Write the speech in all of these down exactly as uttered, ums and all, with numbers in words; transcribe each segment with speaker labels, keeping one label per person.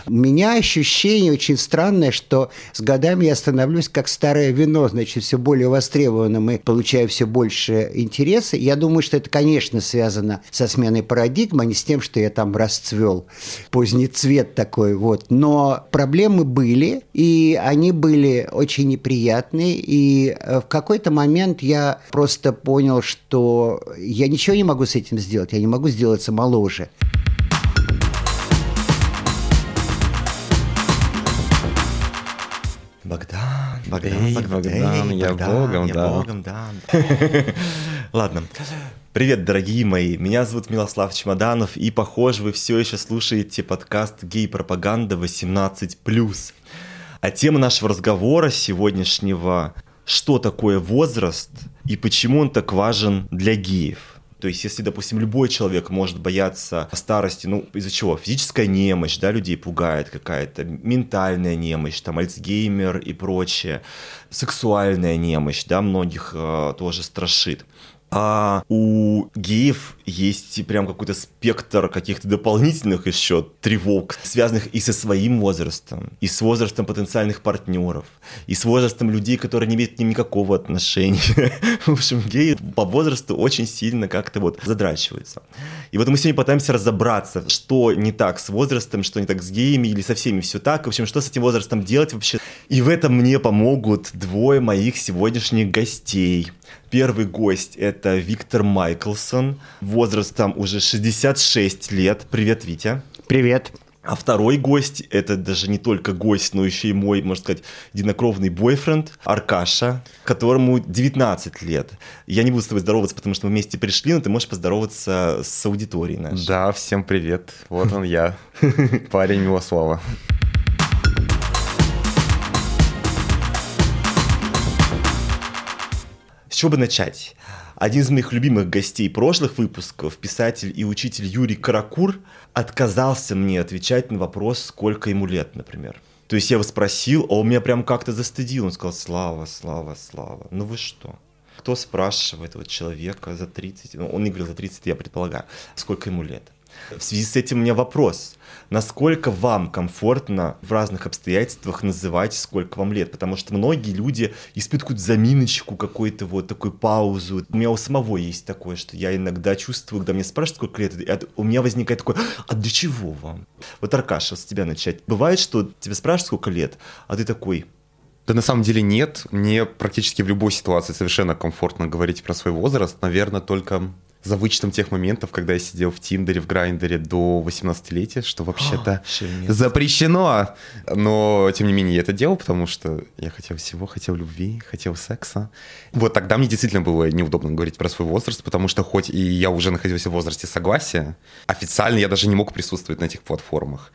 Speaker 1: У меня ощущение очень странное, что с годами я становлюсь как старое вино, значит, все более востребованным и получаю все больше интереса. Я думаю, что это, конечно, связано со сменой парадигмы, а не с тем, что я там расцвел. Поздний цвет такой вот. Но проблемы были, и они были очень неприятные. И в какой-то момент я просто понял, что я ничего не могу с этим сделать. Я не могу сделаться моложе.
Speaker 2: Богдан, Богдан,
Speaker 3: Эй,
Speaker 2: Богдан,
Speaker 3: Богдан,
Speaker 2: эй,
Speaker 3: я
Speaker 2: Богдан,
Speaker 3: Богом,
Speaker 2: я
Speaker 3: да.
Speaker 2: Богом, да. Ладно. Привет, дорогие мои. Меня зовут Милослав Чемоданов, и, похоже, вы все еще слушаете подкаст «Гей-пропаганда восемнадцать плюс». А тема нашего разговора сегодняшнего – что такое возраст и почему он так важен для геев. То есть, если, допустим, любой человек может бояться старости, ну, из-за чего? Физическая немощь, да, людей пугает какая-то, ментальная немощь, там, Альцгеймер и прочее, сексуальная немощь, да, многих э, тоже страшит. А у геев есть прям какой-то спектр каких-то дополнительных еще тревог, связанных и со своим возрастом, и с возрастом потенциальных партнеров, и с возрастом людей, которые не имеют к ним никакого отношения. В общем, геи по возрасту очень сильно как-то вот задрачиваются. И вот мы сегодня пытаемся разобраться, что не так с возрастом, что не так с геями, или со всеми все так, в общем, что с этим возрастом делать вообще. И в этом мне помогут двое моих сегодняшних гостей. Первый гость – это Виктор Майклсон, возрастом уже шестьдесят шесть лет. Привет, Витя.
Speaker 1: Привет.
Speaker 2: А второй гость – это даже не только гость, но еще и мой, можно сказать, единокровный бойфренд Аркаша, которому девятнадцать лет. Я не буду с тобой здороваться, потому что мы вместе пришли, но ты можешь поздороваться с аудиторией нашей.
Speaker 3: Да, всем привет. Вот он я, парень Милослава.
Speaker 2: С чего бы начать? Один из моих любимых гостей прошлых выпусков, писатель и учитель Юрий Каракур, отказался мне отвечать на вопрос, сколько ему лет, например. То есть я его спросил, а он меня прям как-то застыдил. Он сказал: Слава, Слава, Слава, ну вы что? Кто спрашивает вот человека за тридцать, ну, он не говорил за тридцать, я предполагаю, сколько ему лет? В связи с этим у меня вопрос. Насколько вам комфортно в разных обстоятельствах называть, сколько вам лет? Потому что многие люди испытывают заминочку, какую-то вот такую паузу. У меня у самого есть такое, что я иногда чувствую, когда меня спрашивают, сколько лет, и у меня возникает такое: а для чего вам? Вот, Аркаша, с тебя начать. Бывает, что тебя спрашивают, сколько лет, а ты такой:
Speaker 3: Да на самом деле нет. Мне практически в любой ситуации совершенно комфортно говорить про свой возраст. Наверное, только за вычетом тех моментов, когда я сидел в Тиндере, в Грайндере до восемнадцатилетия, что вообще-то
Speaker 2: Шельмец.
Speaker 3: запрещено. Но, тем не менее, я это делал, потому что я хотел всего, хотел любви, хотел секса. Вот тогда мне действительно было неудобно говорить про свой возраст, потому что хоть и я уже находился в возрасте согласия, официально я даже не мог присутствовать на этих платформах.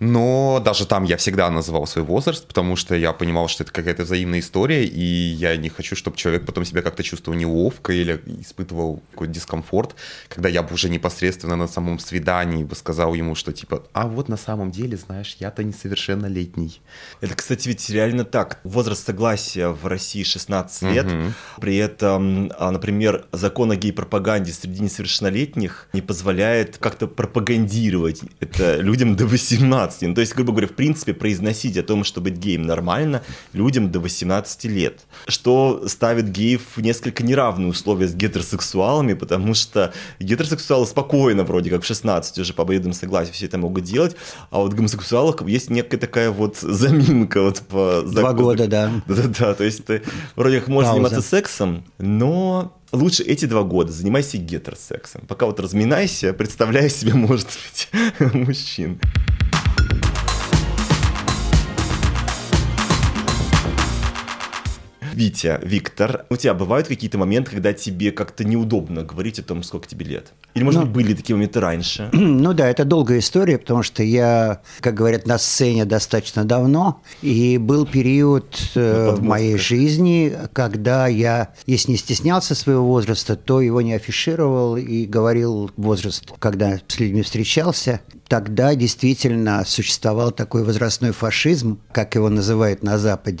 Speaker 3: Но даже там я всегда называл свой возраст, потому что я понимал, что это какая-то взаимная история, и я не хочу, чтобы человек потом себя как-то чувствовал неловко или испытывал какой-то дискомфорт, когда я бы уже непосредственно на самом свидании бы сказал ему, что типа: а вот на самом деле, знаешь, я-то несовершеннолетний.
Speaker 2: Это, кстати, ведь реально так. Возраст согласия в России шестнадцать лет. Угу. При этом, например, закон о гей-пропаганде среди несовершеннолетних не позволяет как-то пропагандировать это людям до восемнадцати. Ну, то есть, грубо говоря, в принципе, произносить о том, что быть геем нормально людям до восемнадцати лет. Что ставит геев в несколько неравные условия с гетеросексуалами, потому что гетеросексуалы спокойно вроде как в шестнадцать уже по обоюдному согласию все это могут делать, а вот в гомосексуалах есть некая такая вот заминка. Вот по
Speaker 1: Два
Speaker 2: зак...
Speaker 1: года, да.
Speaker 2: Да-да-да, то есть ты вроде как можешь
Speaker 1: Пауза.
Speaker 2: заниматься сексом, но лучше эти два года занимайся гетеросексом. Пока вот разминайся, представляй себе, может быть, мужчин. Витя, Виктор, у тебя бывают какие-то моменты, когда тебе как-то неудобно говорить о том, сколько тебе лет? Или, может ну, быть, были такие моменты раньше?
Speaker 1: Ну да, это долгая история, потому что я, как говорят, на сцене достаточно давно, и был период э, в моей жизни, когда я, если не стеснялся своего возраста, то его не афишировал и говорил возраст, когда с людьми встречался. Тогда действительно существовал такой возрастной фашизм, как его называют на Западе.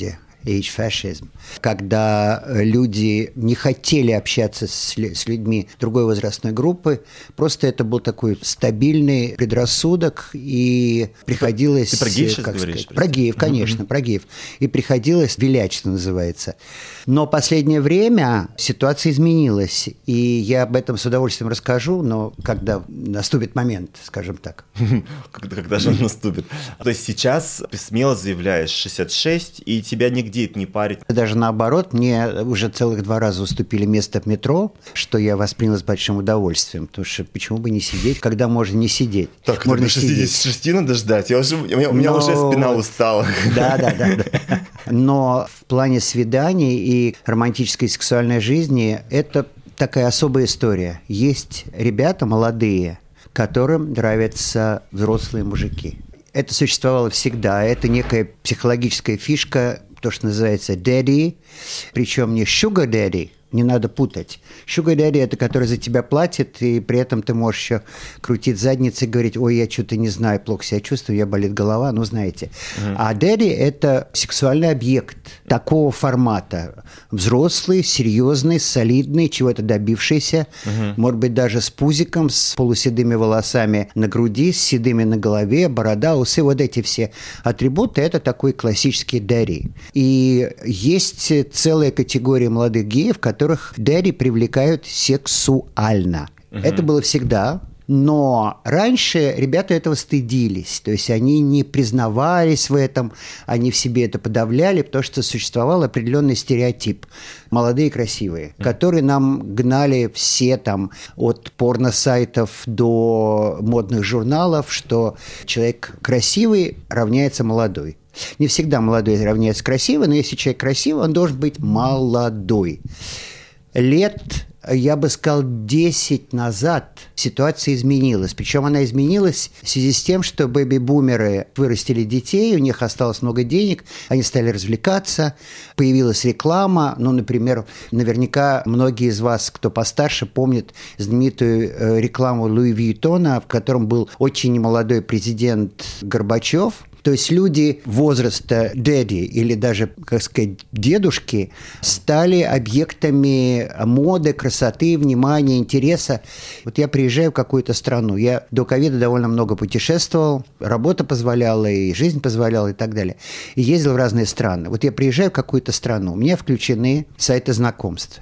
Speaker 1: age-fascism, когда люди не хотели общаться с, с людьми другой возрастной группы, просто это был такой стабильный предрассудок, и приходилось...
Speaker 2: Ты про геев сейчас говоришь?
Speaker 1: Сказать, про геев, конечно, mm-hmm. про геев. И приходилось вилять, что называется. Но последнее время ситуация изменилась, и я об этом с удовольствием расскажу, но когда наступит момент, скажем так.
Speaker 2: Когда, когда же он наступит? То есть сейчас ты смело заявляешь шестьдесят шесть, и тебя нигде это не парит?
Speaker 1: Даже наоборот, мне уже целых два раза уступили место в метро, что я воспринял с большим удовольствием, потому что почему бы не сидеть, когда можно не сидеть?
Speaker 2: Так,
Speaker 1: можно
Speaker 2: шестьдесят шесть надо ждать, я уже, у меня, у меня
Speaker 1: Но...
Speaker 2: уже спина устала.
Speaker 1: Да, да, да, да. Но в плане свиданий и романтической сексуальной жизни это такая особая история. Есть ребята молодые, которым нравятся взрослые мужики. Это существовало всегда. Это некая психологическая фишка, то, что называется daddy, причем не sugar daddy, не надо путать. Sugar daddy – это который за тебя платит, и при этом ты можешь еще крутить задницей и говорить: ой, я что-то не знаю, плохо себя чувствую, я болит голова, ну, знаете. Mm-hmm. А daddy – это сексуальный объект такого формата. Взрослый, серьезный, солидный, чего-то добившийся, mm-hmm. может быть, даже с пузиком, с полуседыми волосами на груди, с седыми на голове, борода, усы, вот эти все атрибуты – это такой классический daddy. И есть целая категория молодых геев, которые которых daddy привлекают сексуально. Uh-huh. Это было всегда, но раньше ребята этого стыдились, то есть они не признавались в этом, они в себе это подавляли, потому что существовал определенный стереотип. Молодые и красивые, uh-huh. которые нам гнали все там от порносайтов до модных журналов, что человек красивый равняется молодой. Не всегда молодой равняется красивый, но если человек красивый, он должен быть молодой. Лет, я бы сказал, десять назад ситуация изменилась. Причем она изменилась в связи с тем, что бэби-бумеры вырастили детей, у них осталось много денег, они стали развлекаться, появилась реклама. Ну, например, наверняка многие из вас, кто постарше, помнят знаменитую рекламу Луи Вьюитона, в котором был очень молодой президент Горбачев. То есть люди возраста daddy или даже, как сказать, дедушки стали объектами моды, красоты, внимания, интереса. Вот я приезжаю в какую-то страну. Я до ковида довольно много путешествовал, работа позволяла, и жизнь позволяла, и так далее. И ездил в разные страны. Вот я приезжаю в какую-то страну, у меня включены сайты знакомств.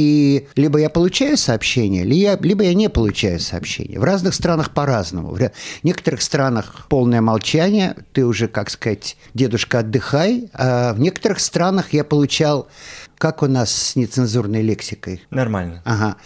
Speaker 1: И либо я получаю сообщения, либо я не получаю сообщения. В разных странах по-разному. В некоторых странах полное молчание, ты уже, как сказать, дедушка, отдыхай. А в некоторых странах я получал... Как у нас с нецензурной лексикой?
Speaker 2: Нормально.
Speaker 1: Ага.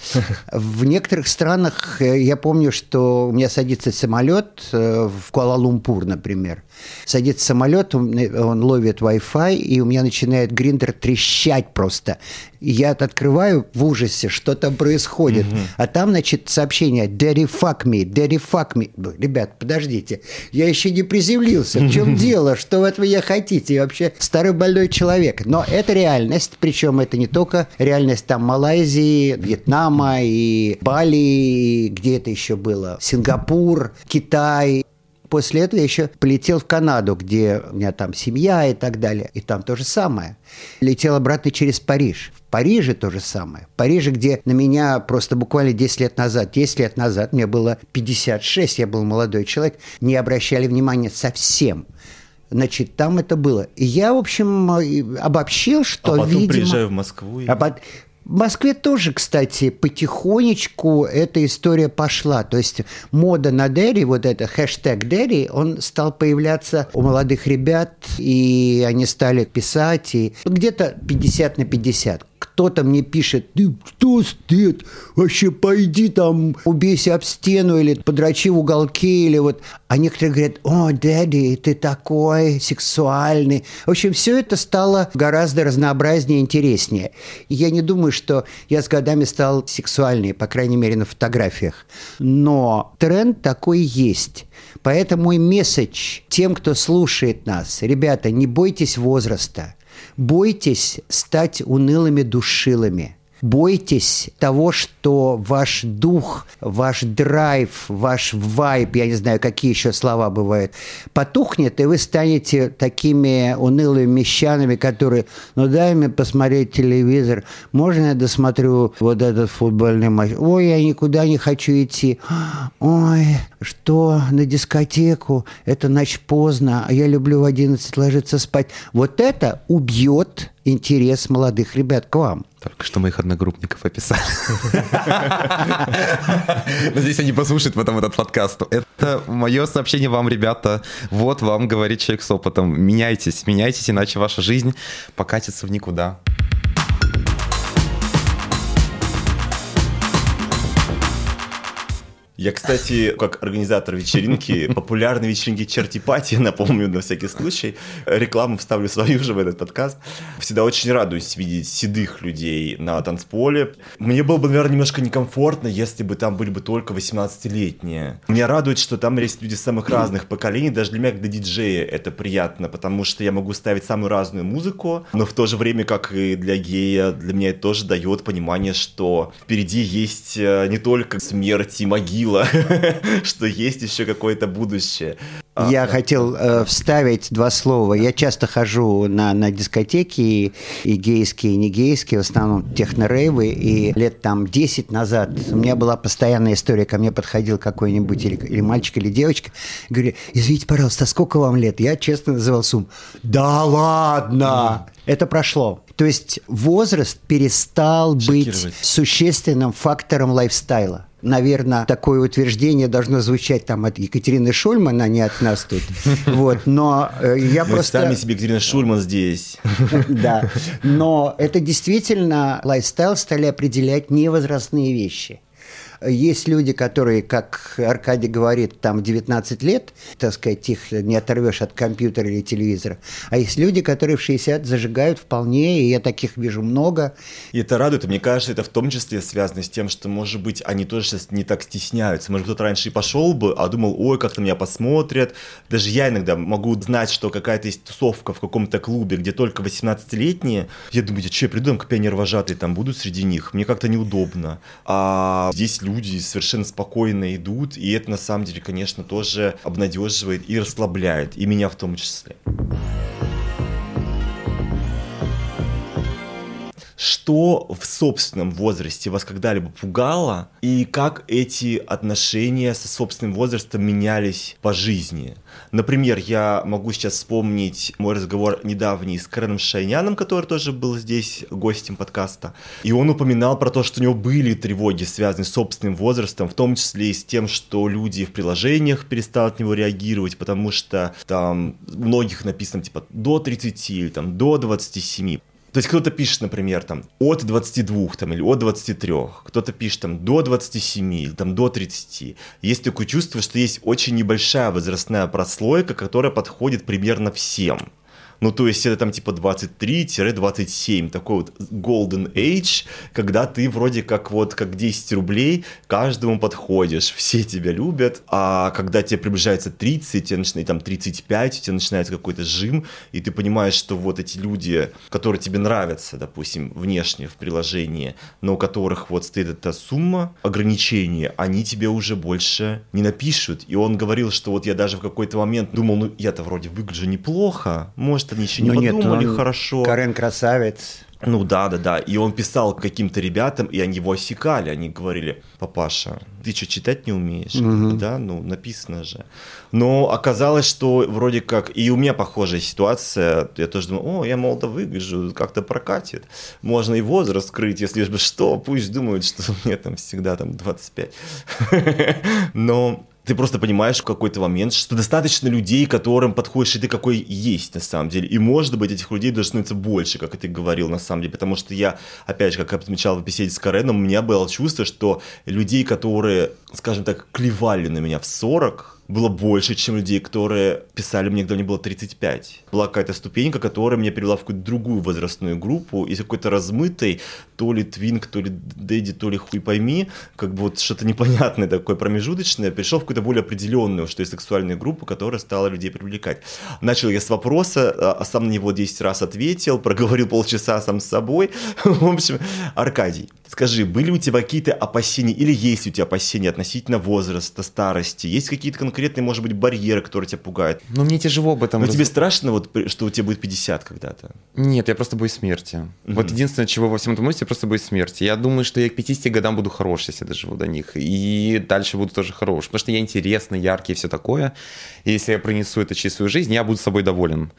Speaker 1: В некоторых странах я помню, что у меня садится самолет в Куала-Лумпур, например. Садится самолет, он ловит Wi-Fi, и у меня начинает Grindr трещать просто. И я открываю в ужасе, что там происходит. Mm-hmm. А там, значит, сообщение «Daddy fuck me, daddy fuck me». Ребят, подождите, я еще не приземлился. В чем дело? Что вы от меня хотите? Я вообще старый больной человек. Но это реальность, причем это не только реальность там Малайзии, Вьетнама и Бали, и где это еще было? Сингапур, Китай. После этого я еще полетел в Канаду, где у меня там семья и так далее. И там то же самое. Летел обратно через Париж. В Париже то же самое. В Париже, где на меня просто буквально десять лет назад, десять лет назад, мне было пятьдесят шесть, я был молодой человек, не обращали внимания совсем. Значит, там это было. И я, в общем, обобщил, что,
Speaker 2: а потом
Speaker 1: видимо...
Speaker 2: приезжаю в Москву и...
Speaker 1: А под... В Москве тоже, кстати, потихонечку эта история пошла. То есть мода на daddy, вот это хэштег daddy, он стал появляться у молодых ребят, и они стали писать, и где-то пятьдесят на пятьдесят. Кто-то мне пишет: ты кто, стыд? Вообще пойди там, убейся об стену или подрачи в уголке, или вот. А некоторые говорят: о, daddy, ты такой сексуальный. В общем, все это стало гораздо разнообразнее и интереснее. И я не думаю, что я с годами стал сексуальнее, по крайней мере, на фотографиях. Но тренд такой есть. Поэтому мой месседж тем, кто слушает нас: ребята, не бойтесь возраста. Бойтесь стать унылыми душилами. Бойтесь того, что ваш дух, ваш драйв, ваш вайб, я не знаю, какие еще слова бывают, потухнет, и вы станете такими унылыми мещанами, которые, ну дай мне посмотреть телевизор, можно я досмотрю вот этот футбольный матч? Ой, я никуда не хочу идти. Ой, что, на дискотеку? Это ночь поздно, а я люблю в одиннадцать ложиться спать. Вот это убьет интерес молодых ребят к вам.
Speaker 3: Только что моих одногруппников описали. Надеюсь, они послушают потом этот подкаст. Это мое сообщение вам, ребята. Вот вам говорит человек с опытом. Меняйтесь, меняйтесь, иначе ваша жизнь покатится в никуда.
Speaker 2: Я, кстати, как организатор вечеринки, популярной вечеринки Чертипати, напомню на всякий случай, рекламу вставлю свою же в этот подкаст, всегда очень радуюсь видеть седых людей на танцполе. Мне было бы, наверное, немножко некомфортно, если бы там были бы только восемнадцатилетние. Меня радует, что там есть люди самых разных поколений, даже для меня, как для диджея, это приятно, потому что я могу ставить самую разную музыку, но в то же время, как и для гея, для меня это тоже дает понимание, что впереди есть не только смерть и могила, что есть еще какое-то будущее.
Speaker 1: Я а, хотел э, вставить два слова. Я часто хожу на, на дискотеки, и, и гейские, и не гейские, в основном техно-рейвы, и лет там десять назад у меня была постоянная история, ко мне подходил какой-нибудь или, или мальчик, или девочка, говорю, извините, пожалуйста, а сколько вам лет? Я честно называл сумму. Да ладно! Mm. Это прошло. То есть возраст перестал быть существенным фактором лайфстайла. Наверное, такое утверждение должно звучать там от Екатерины Шульман, а не от нас тут. Вот, но я
Speaker 2: Мы
Speaker 1: просто...
Speaker 2: сами себе Екатерина Шульман здесь.
Speaker 1: Да, но это действительно лайфстайл стали определять невозрастные вещи. Есть люди, которые, как Аркадий говорит, там девятнадцать лет, так сказать, их не оторвешь от компьютера или телевизора. А есть люди, которые в шестьдесят зажигают вполне, и я таких вижу много.
Speaker 2: И это радует, и мне кажется, это в том числе связано с тем, что, может быть, они тоже сейчас не так стесняются. Может, кто-то раньше и пошел бы, а думал, ой, как на меня посмотрят. Даже я иногда могу знать, что какая-то есть тусовка в каком-то клубе, где только восемнадцатилетние. Я думаю, что я приду, как пионер-вожатый там буду среди них. Мне как-то неудобно. А здесь люди совершенно спокойно идут, и это на самом деле, конечно, тоже обнадеживает и расслабляет, и меня в том числе. Что в собственном возрасте вас когда-либо пугало, и как эти отношения со собственным возрастом менялись по жизни? Например, я могу сейчас вспомнить мой разговор недавний с Кареном Шайняном, который тоже был здесь гостем подкаста, и он упоминал про то, что у него были тревоги, связанные с собственным возрастом, в том числе и с тем, что люди в приложениях перестали от него реагировать, потому что там у многих написано типа до тридцати или там до двадцати семи. То есть кто-то пишет, например, там, от двадцати двух там, или от двадцати трёх, кто-то пишет там, до двадцати семи или там, до тридцати. Есть такое чувство, что есть очень небольшая возрастная прослойка, которая подходит примерно всем. Ну, то есть это там типа двадцать три - двадцать семь, такой вот golden age, когда ты вроде как вот как десять рублей каждому подходишь, все тебя любят, а когда тебе приближается тридцать, тебе начинает, там тридцать пять, у тебя начинается какой-то жим, и ты понимаешь, что вот эти люди, которые тебе нравятся, допустим, внешне в приложении, но у которых вот стоит эта сумма ограничений, они тебе уже больше не напишут. И он говорил, что вот я даже в какой-то момент думал, ну я-то вроде выгляжу неплохо, может они еще не
Speaker 1: ну,
Speaker 2: подумали
Speaker 1: нет,
Speaker 2: хорошо.
Speaker 1: Карен красавец.
Speaker 2: Ну да, да, да. И он писал каким-то ребятам, и они его осекали. Они говорили, папаша, ты что, читать не умеешь?
Speaker 1: Угу.
Speaker 2: Да, ну написано же. Но оказалось, что вроде как... И у меня похожая ситуация. Я тоже думаю, о, я молодо выгляжу, как-то прокатит. Можно и возраст скрыть, если бы что. Пусть думают, что мне там всегда там двадцать пять. Но... Ты просто понимаешь в какой-то момент, что достаточно людей, которым подходишь, и ты какой есть на самом деле. И, может быть, этих людей даже становится больше, как и ты говорил на самом деле. Потому что я, опять же, как я отмечал в беседе с Кареном, у меня было чувство, что людей, которые, скажем так, клевали на меня в сорок, было больше, чем людей, которые писали мне, когда мне было тридцать пять. Была какая-то ступенька, которая меня привела в какую-то другую возрастную группу, из какой-то размытой, то ли твинк, то ли дэдди, то ли хуй пойми, как бы вот что-то непонятное такое промежуточное, перешел в какую-то более определенную, что есть сексуальная группа, которая стала людей привлекать. Начал я с вопроса, а сам на него десять раз ответил, проговорил полчаса сам с собой. В общем, Аркадий, скажи, были у тебя какие-то опасения или есть у тебя опасения относительно возраста, старости? Есть какие-то конкретные, может быть, барьеры, которые тебя пугают?
Speaker 3: Ну, мне тяжело об этом.
Speaker 2: Но
Speaker 3: раз...
Speaker 2: тебе страшно, вот, что у тебя будет пятьдесят когда-то?
Speaker 3: Нет, я просто боюсь смерти. Mm-hmm. Вот единственное, чего во всем этом есть, я просто боюсь смерти. Я думаю, что я к пятидесяти годам буду хорош, если доживу до них. И дальше буду тоже хорош. Потому что я интересный, яркий и все такое. И если я принесу это через свою жизнь, я буду собой доволен.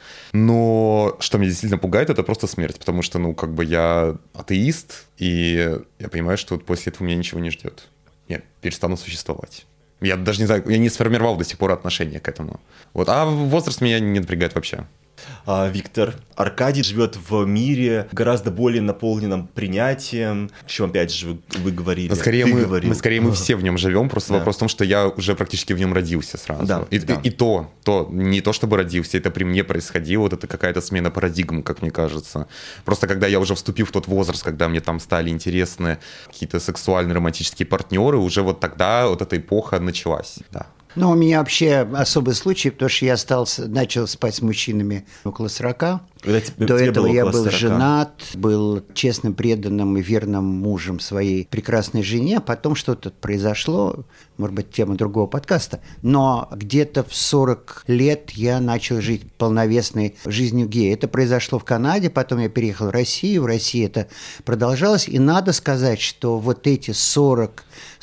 Speaker 3: Но что меня действительно пугает, это просто смерть. Потому что, ну, как бы я атеист, и я понимаю, что вот после этого меня ничего не ждет. Я перестану существовать. Я даже не знаю, я не сформировал до сих пор отношение к этому. Вот. А возраст меня не напрягает вообще.
Speaker 2: А, Виктор, Аркадий живет в мире гораздо более наполненном принятием, о чем опять же вы, вы говорили.
Speaker 3: Но скорее, мы, мы, скорее мы все в нем живем, просто да. Вопрос в том, что я уже практически в нем родился сразу.
Speaker 2: Да,
Speaker 3: и,
Speaker 2: да.
Speaker 3: И, и то, то, не то чтобы родился, это при мне происходило, вот это какая-то смена парадигм, как мне кажется. Просто когда я уже вступил в тот возраст, когда мне там стали интересны какие-то сексуальные романтические партнеры, уже вот тогда вот эта эпоха началась, да.
Speaker 1: Ну, у меня вообще особый случай, потому что я стал, начал спать с мужчинами около сорока.
Speaker 2: Когда тебе,
Speaker 1: До
Speaker 2: тебе
Speaker 1: этого я был
Speaker 2: сорока.
Speaker 1: женат, был честным, преданным и верным мужем своей прекрасной жене. А потом что-то произошло, может быть, тема другого подкаста. Но где-то в сорок лет я начал жить полновесной жизнью гея. Это произошло в Канаде, потом я переехал в Россию. В России это продолжалось. И надо сказать, что вот эти сорок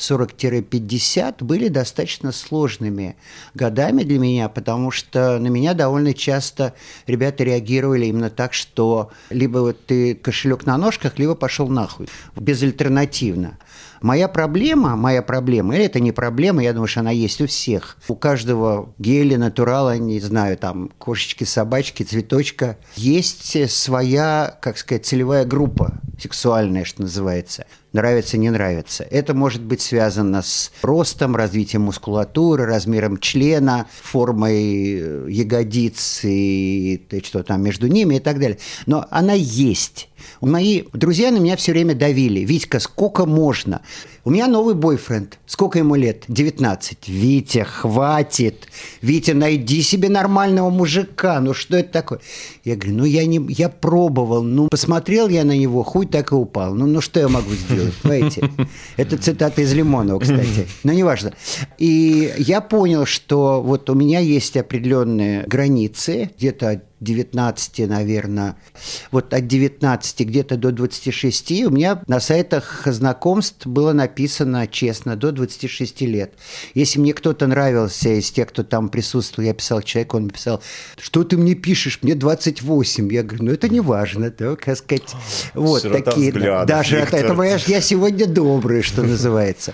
Speaker 1: пятьдесят были достаточно сложными годами для меня, потому что на меня довольно часто ребята реагировали именно так, что либо вот ты кошелек на ножках, либо пошел нахуй, безальтернативно. Моя проблема, моя проблема, или это не проблема, я думаю, что она есть у всех. У каждого гея, натурала, не знаю, там, кошечки, собачки, цветочка, есть своя, как сказать, целевая группа сексуальная, что называется. Нравится, не нравится. Это может быть связано с ростом, развитием мускулатуры, размером члена, формой ягодиц и что там между ними и так далее. Но она есть. Мои друзья на меня все время давили. Витька, сколько можно? У меня новый бойфренд. Сколько ему лет? девятнадцать. Витя, хватит. Витя, найди себе нормального мужика. Ну что это такое? Я говорю, ну я не, я пробовал. Ну посмотрел я на него, хуй так и упал. Ну, ну что я могу сделать? Понимаете? Это цитата из Лимонова, кстати. Но неважно. И я понял, что вот у меня есть определенные границы, где-то от девятнадцати, наверное, вот от девятнадцати где-то до двадцати шести у меня на сайтах знакомств было написано, честно, до двадцати шести лет. Если мне кто-то нравился из тех, кто там присутствовал, я писал человеку, он написал, что ты мне пишешь, мне двадцать восемь. Я говорю, ну это не важно, да, как сказать. Вот
Speaker 2: широта
Speaker 1: такие.
Speaker 2: взглядов,
Speaker 1: Даже это, это, я сегодня добрый, что называется.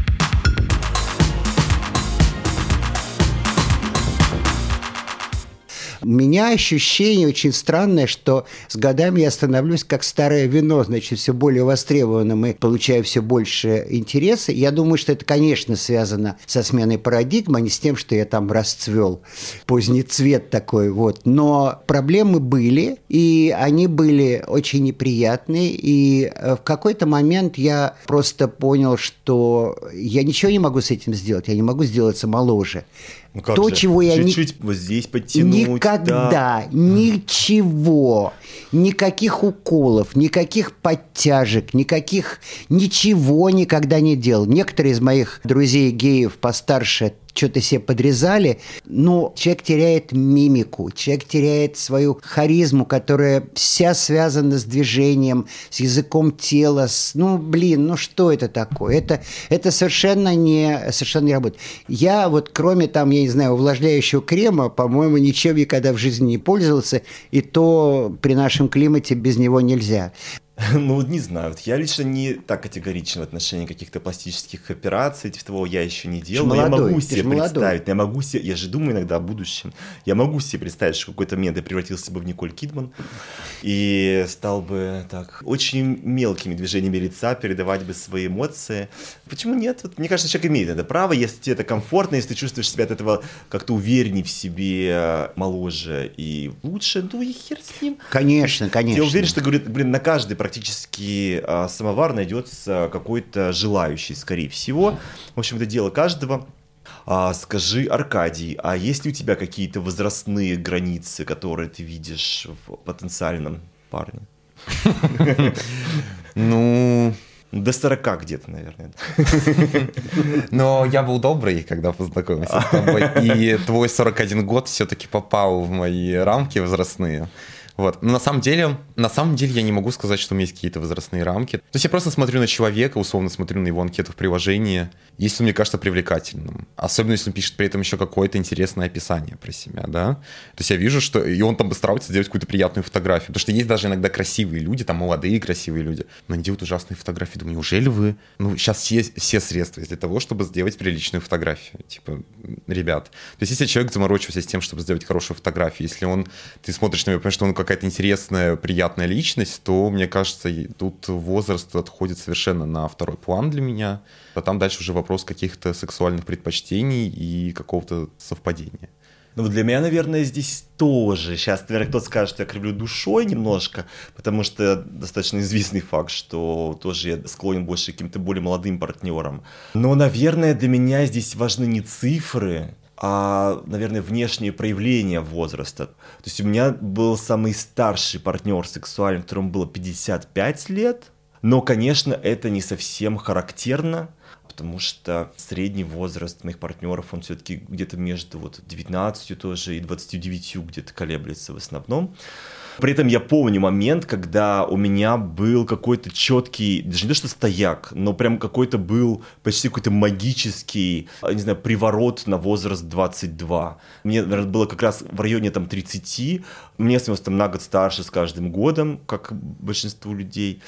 Speaker 1: У меня ощущение очень странное, что с годами я становлюсь как старое вино, значит, все более востребованным и получаю все больше интереса. Я думаю, что это, конечно, связано со сменой парадигмы, а не с тем, что я там расцвел. Поздний цвет такой, вот. Но проблемы были, и они были очень неприятные, и в какой-то момент я просто понял, что я ничего не могу с этим сделать, я не могу сделаться моложе.
Speaker 2: Ну как
Speaker 1: То,
Speaker 2: же?
Speaker 1: чего я
Speaker 2: чуть-чуть
Speaker 1: ни...
Speaker 2: вот здесь подтянуть.
Speaker 1: Никогда,
Speaker 2: да.
Speaker 1: ничего, никаких уколов, никаких подтяжек, никаких, ничего никогда не делал. Некоторые из моих друзей геев постарше что-то себе подрезали, но человек теряет мимику, человек теряет свою харизму, которая вся связана с движением, с языком тела, с, ну, блин, ну что это такое? Это, это совершенно, не, совершенно не работает. Я вот кроме там, я не знаю, увлажняющего крема, по-моему, ничем никогда в жизни не пользовался, и то при нашем климате без него нельзя.
Speaker 2: Ну, не знаю, вот я лично не так категоричен в отношении каких-то пластических операций, типа того я еще не делал, но
Speaker 1: молодой,
Speaker 2: я могу
Speaker 1: себе
Speaker 2: представить,
Speaker 1: молодой.
Speaker 2: я могу себе, я же думаю иногда о будущем, я могу себе представить, что в какой-то момент я превратился бы в Николь Кидман и стал бы так очень мелкими движениями лица передавать бы свои эмоции. Почему нет? Вот, мне кажется, человек имеет это право, если тебе это комфортно, если ты чувствуешь себя от этого как-то увереннее в себе, моложе и лучше, ну и хер с ним.
Speaker 1: Конечно, конечно.
Speaker 2: Я уверен, что, говорит, блин, на каждый практически а, самовар найдется какой-то желающий, скорее всего. В общем, это дело каждого. А, скажи, Аркадий, а есть ли у тебя какие-то возрастные границы, которые ты видишь в потенциальном парне?
Speaker 3: Ну...
Speaker 2: До сорока где-то, наверное.
Speaker 3: Но я был добрый, когда познакомился с тобой, и твой сорок один год все-таки попал в мои рамки возрастные. Вот. Но на самом деле, на самом деле я не могу сказать, что у меня есть какие-то возрастные рамки. То есть я просто смотрю на человека, условно смотрю на его анкету в приложении, если он мне кажется привлекательным. Особенно, если он пишет при этом еще какое-то интересное описание про себя, да. То есть я вижу, что... И он там старается сделать какую-то приятную фотографию. Потому что есть даже иногда красивые люди, там молодые красивые люди, но они делают ужасные фотографии. Думаю, неужели вы... Ну, сейчас все, все средства есть для того, чтобы сделать приличную фотографию. Типа, ребят. То есть если человек заморочился с тем, чтобы сделать хорошую фотографию, если он... Ты смотришь на него, понимаешь, что он какая-то интересная, приятная личность, то, мне кажется, тут возраст отходит совершенно на второй план для меня. А там дальше уже вопрос каких-то сексуальных предпочтений и какого-то совпадения.
Speaker 2: Ну, для меня, наверное, здесь тоже. Сейчас, наверное, кто-то скажет, что я кривлю душой немножко, потому что достаточно известный факт, что тоже я склонен больше к каким-то более молодым партнерам. Но, наверное, для меня здесь важны не цифры, а, наверное, внешние проявления возраста. То есть у меня был самый старший партнер сексуальный, которому было пятьдесят пять лет, но, конечно, это не совсем характерно, потому что средний возраст моих партнеров, он все-таки где-то между вот девятнадцатью тоже и двадцатью девятью где-то колеблется в основном. При этом я помню момент, когда у меня был какой-то четкий, даже не то что стояк, но прям какой-то был почти какой-то магический, не знаю, приворот на возраст двадцать два. Мне, наверное, было как раз в районе там тридцати, мне становилось там на год старше с каждым годом, как большинству людей.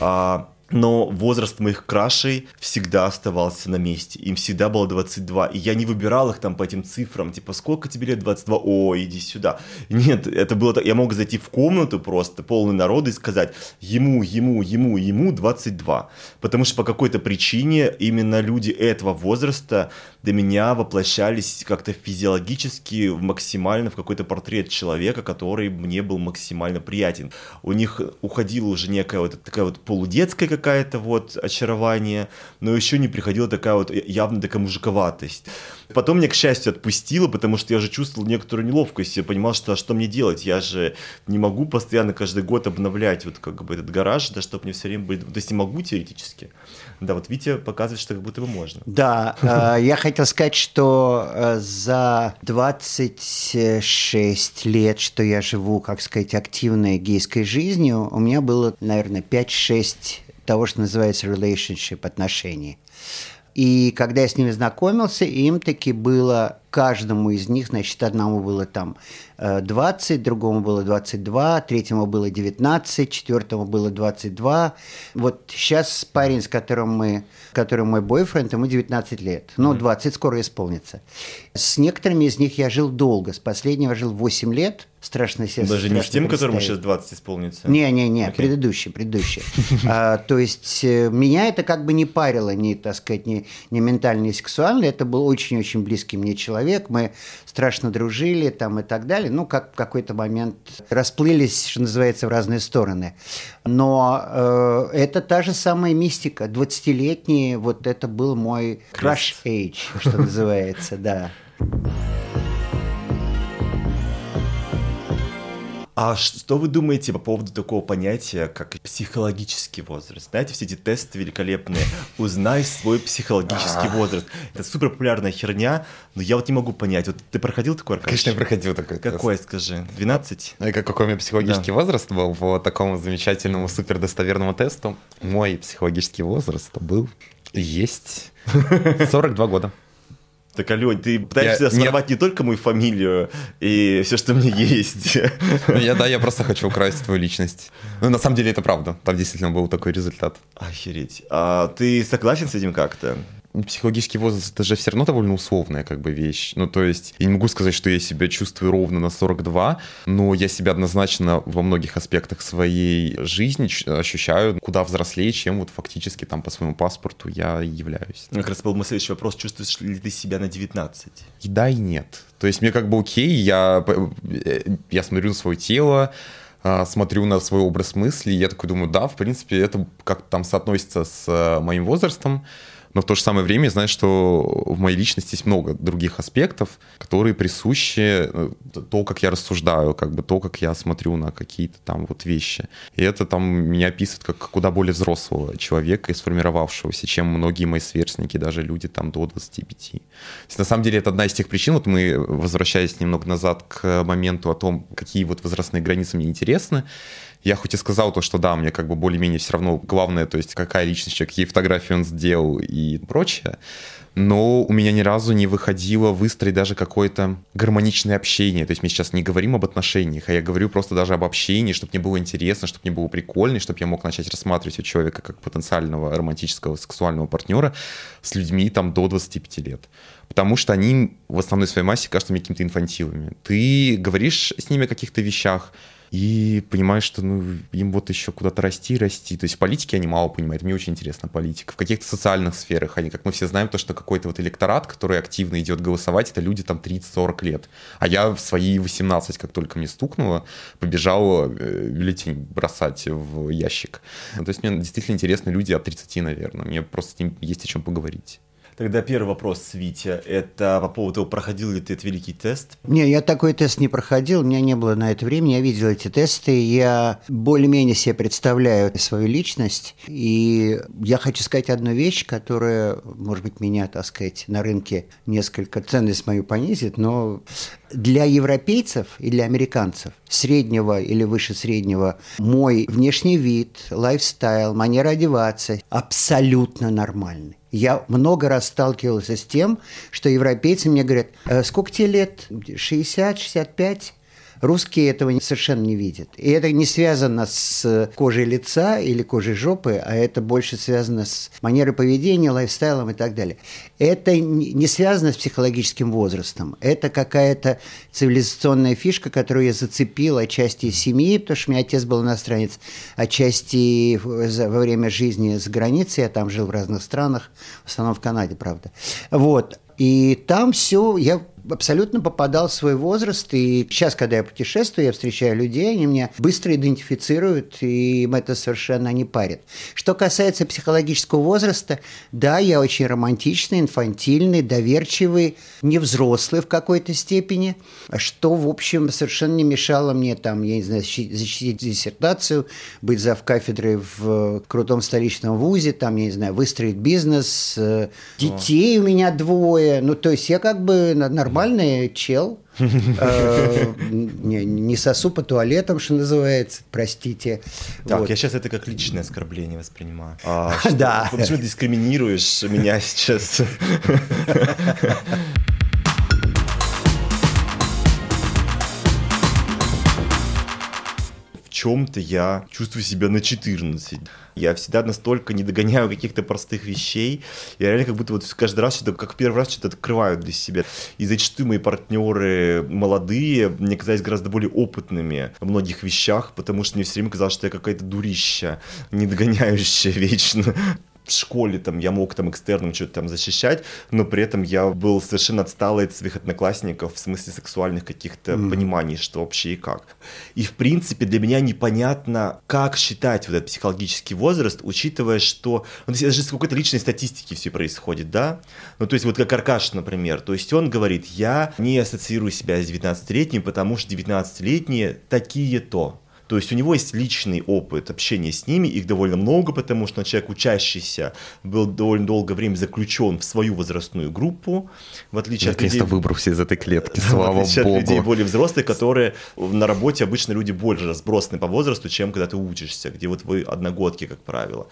Speaker 2: Но возраст моих крашей всегда оставался на месте. Им всегда было двадцать два. И я не выбирал их там по этим цифрам. Типа, сколько тебе лет? двадцать два. О, иди сюда. Нет, это было так. Я мог зайти в комнату просто, полный народа, и сказать, ему, ему, ему, ему двадцать два. Потому что по какой-то причине именно люди этого возраста для меня воплощались как-то физиологически, максимально в какой-то портрет человека, который мне был максимально приятен. У них уходила уже некая вот такая вот полудетская какая-то вот очарование, но еще не приходила такая вот явно такая мужиковатость. Потом меня, к счастью, отпустило, потому что я же чувствовал некоторую неловкость, я понимал, что что мне делать, я же не могу постоянно каждый год обновлять вот как бы этот гараж, да, чтобы мне все время были, то есть не могу теоретически. Да, вот Витя показывает, что как будто бы можно.
Speaker 1: Да, э, я хотел сказать, что э, за двадцать шесть лет, что я живу, как сказать, активной гейской жизнью, у меня было, наверное, пять-шесть того, что называется relationship, отношений. И когда я с ними знакомился, им таки было, каждому из них, значит, одному было там двадцать, другому было двадцать два, третьему было девятнадцать, четвертому было двадцать два. Вот сейчас парень, с которым мы, который мой бойфренд, ему девятнадцать лет. Ну, двадцать скоро исполнится. С некоторыми из них я жил долго. С последним я жил восемь лет. Страшно себе
Speaker 2: Даже не с тем, которому сейчас двадцать исполнится?
Speaker 1: Не-не-не,
Speaker 2: okay.
Speaker 1: предыдущий, предыдущий. а, то есть меня это как бы не парило, ни, так сказать, ни, ни ментально, ни сексуально. Это был очень-очень близкий мне человек. Мы страшно дружили там и так далее. Ну, как в какой-то момент расплылись, что называется, в разные стороны. Но э, это та же самая мистика. двадцатилетний, вот это был мой crush age, что называется, да.
Speaker 2: А что вы думаете по поводу такого понятия, как психологический возраст? Знаете, все эти тесты великолепные. Узнай свой психологический возраст. Это супер популярная херня, но я вот не могу понять. Вот ты проходил такой, Аркадий?
Speaker 3: Конечно, я проходил такой тест.
Speaker 2: Какой, скажи? двенадцать?
Speaker 3: Ну и какой у меня психологический да. возраст был по такому замечательному супердостоверному тесту? Мой психологический возраст был, есть сорок два года.
Speaker 2: Так, Алёнь, ты пытаешься
Speaker 3: я,
Speaker 2: своровать
Speaker 3: не...
Speaker 2: не только мою фамилию и все, что у меня есть.
Speaker 3: Я, да, я просто хочу украсть твою личность. Ну, на самом деле, это правда. Там действительно был такой результат.
Speaker 2: Охереть. А ты согласен с этим как-то?
Speaker 3: Психологический возраст — это же все равно довольно условная как бы вещь. Ну, то есть, я не могу сказать, что я себя чувствую ровно на сорок два, но я себя однозначно во многих аспектах своей жизни ощущаю куда взрослее, чем вот фактически там по своему паспорту я являюсь.
Speaker 2: Как раз был мой следующий вопрос. Чувствуешь ли ты себя на девятнадцать?
Speaker 3: И да, и нет. То есть, мне как бы окей, я, я смотрю на свое тело, смотрю на свой образ мысли, и я такой думаю, да, в принципе, это как-то там соотносится с моим возрастом. Но в то же самое время я знаю, что в моей личности есть много других аспектов, которые присущи то, как я рассуждаю, как бы то, как я смотрю на какие-то там вот вещи. И это там меня описывает как куда более взрослого человека и сформировавшегося, чем многие мои сверстники, даже люди там до двадцати пяти. То есть, на самом деле это одна из тех причин, вот мы, возвращаясь немного назад к моменту о том, какие вот возрастные границы мне интересны, я хоть и сказал то, что да, мне как бы более-менее все равно главное, то есть какая личность человека, какие фотографии он сделал и прочее, но у меня ни разу не выходило выстроить даже какое-то гармоничное общение. То есть мы сейчас не говорим об отношениях, а я говорю просто даже об общении, чтобы мне было интересно, чтобы мне было прикольно, чтобы я мог начать рассматривать у человека как потенциального романтического сексуального партнера с людьми там до двадцати пяти лет. Потому что они в основной своей массе кажутся мне какими-то инфантилами. Ты говоришь с ними о каких-то вещах, и понимаешь, что ну, им вот еще куда-то расти, расти. То есть в политике они мало понимают. Мне очень интересна политика. В каких-то социальных сферах они, как мы все знаем, то, что какой-то вот электорат, который активно идет голосовать, это люди там тридцать-сорок лет. А я в свои восемнадцать, как только мне стукнуло, побежал бюллетень бросать в ящик. Ну, то есть мне действительно интересны люди от тридцати, наверное. Мне просто с ним есть о чем поговорить.
Speaker 2: Тогда первый вопрос, Витя, это по поводу того, проходил ли ты этот великий тест?
Speaker 1: Не, я такой тест не проходил, у меня не было на это времени, я видел эти тесты, я более-менее себе представляю свою личность, и я хочу сказать одну вещь, которая, может быть, меня, так сказать, на рынке несколько ценность мою понизит, но для европейцев и для американцев среднего или выше среднего мой внешний вид, лайфстайл, манера одеваться абсолютно нормальный. Я много раз сталкивался с тем, что европейцы мне говорят, сколько тебе лет? шестьдесят, шестьдесят пять? Русские этого совершенно не видят. И это не связано с кожей лица или кожей жопы, а это больше связано с манерой поведения, лайфстайлом и так далее. Это не связано с психологическим возрастом. Это какая-то цивилизационная фишка, которую я зацепил отчасти из семьи, потому что у меня отец был иностранец, отчасти во время жизни за границей. Я там жил в разных странах, в основном в Канаде, правда. Вот. И там все, я абсолютно попадал в свой возраст, и сейчас, когда я путешествую, я встречаю людей, они меня быстро идентифицируют, и им это совершенно не парит. Что касается психологического возраста, да, я очень романтичный, инфантильный, доверчивый, невзрослый в какой-то степени, что, в общем, совершенно не мешало мне, там, я не знаю, защитить диссертацию, быть завкафедрой в крутом столичном вузе, там, я не знаю, выстроить бизнес, детей у меня двое, ну, то есть я как бы нормально Нормальный чел, не сосу по туалетам, что называется, простите.
Speaker 2: Так, я сейчас это как личное оскорбление воспринимаю.
Speaker 1: Да.
Speaker 2: Почему ты дискриминируешь меня сейчас? В чем-то я чувствую себя на четырнадцать. Я всегда настолько не догоняю каких-то простых вещей. Я реально как будто вот каждый раз что-то, как в первый раз что-то открываю для себя. И зачастую мои партнеры молодые мне казались гораздо более опытными во многих вещах, потому что мне все время казалось, что я какая-то дурища, не догоняющая вечно. В школе там я мог там экстерном что-то там защищать, но при этом я был совершенно отсталый от своих одноклассников в смысле сексуальных каких-то mm. пониманий, что вообще и как. И в принципе для меня непонятно, как считать вот этот психологический возраст, учитывая, что ну, это же с какой-то личной статистики все происходит, да? Ну то есть вот как Аркаш, например, то есть он говорит, я не ассоциирую себя с девятнадцатилетним, потому что девятнадцатилетние такие-то. То есть у него есть личный опыт общения с ними, их довольно много, потому что он человек учащийся, был довольно долгое время заключен в свою возрастную группу, в отличие от людей...
Speaker 3: Наконец-то выбрался из этой клетки, слава богу. В отличие
Speaker 2: от людей более взрослых, которые на работе обычно люди больше разбросаны по возрасту, чем когда ты учишься, где вот вы одногодки, как правило.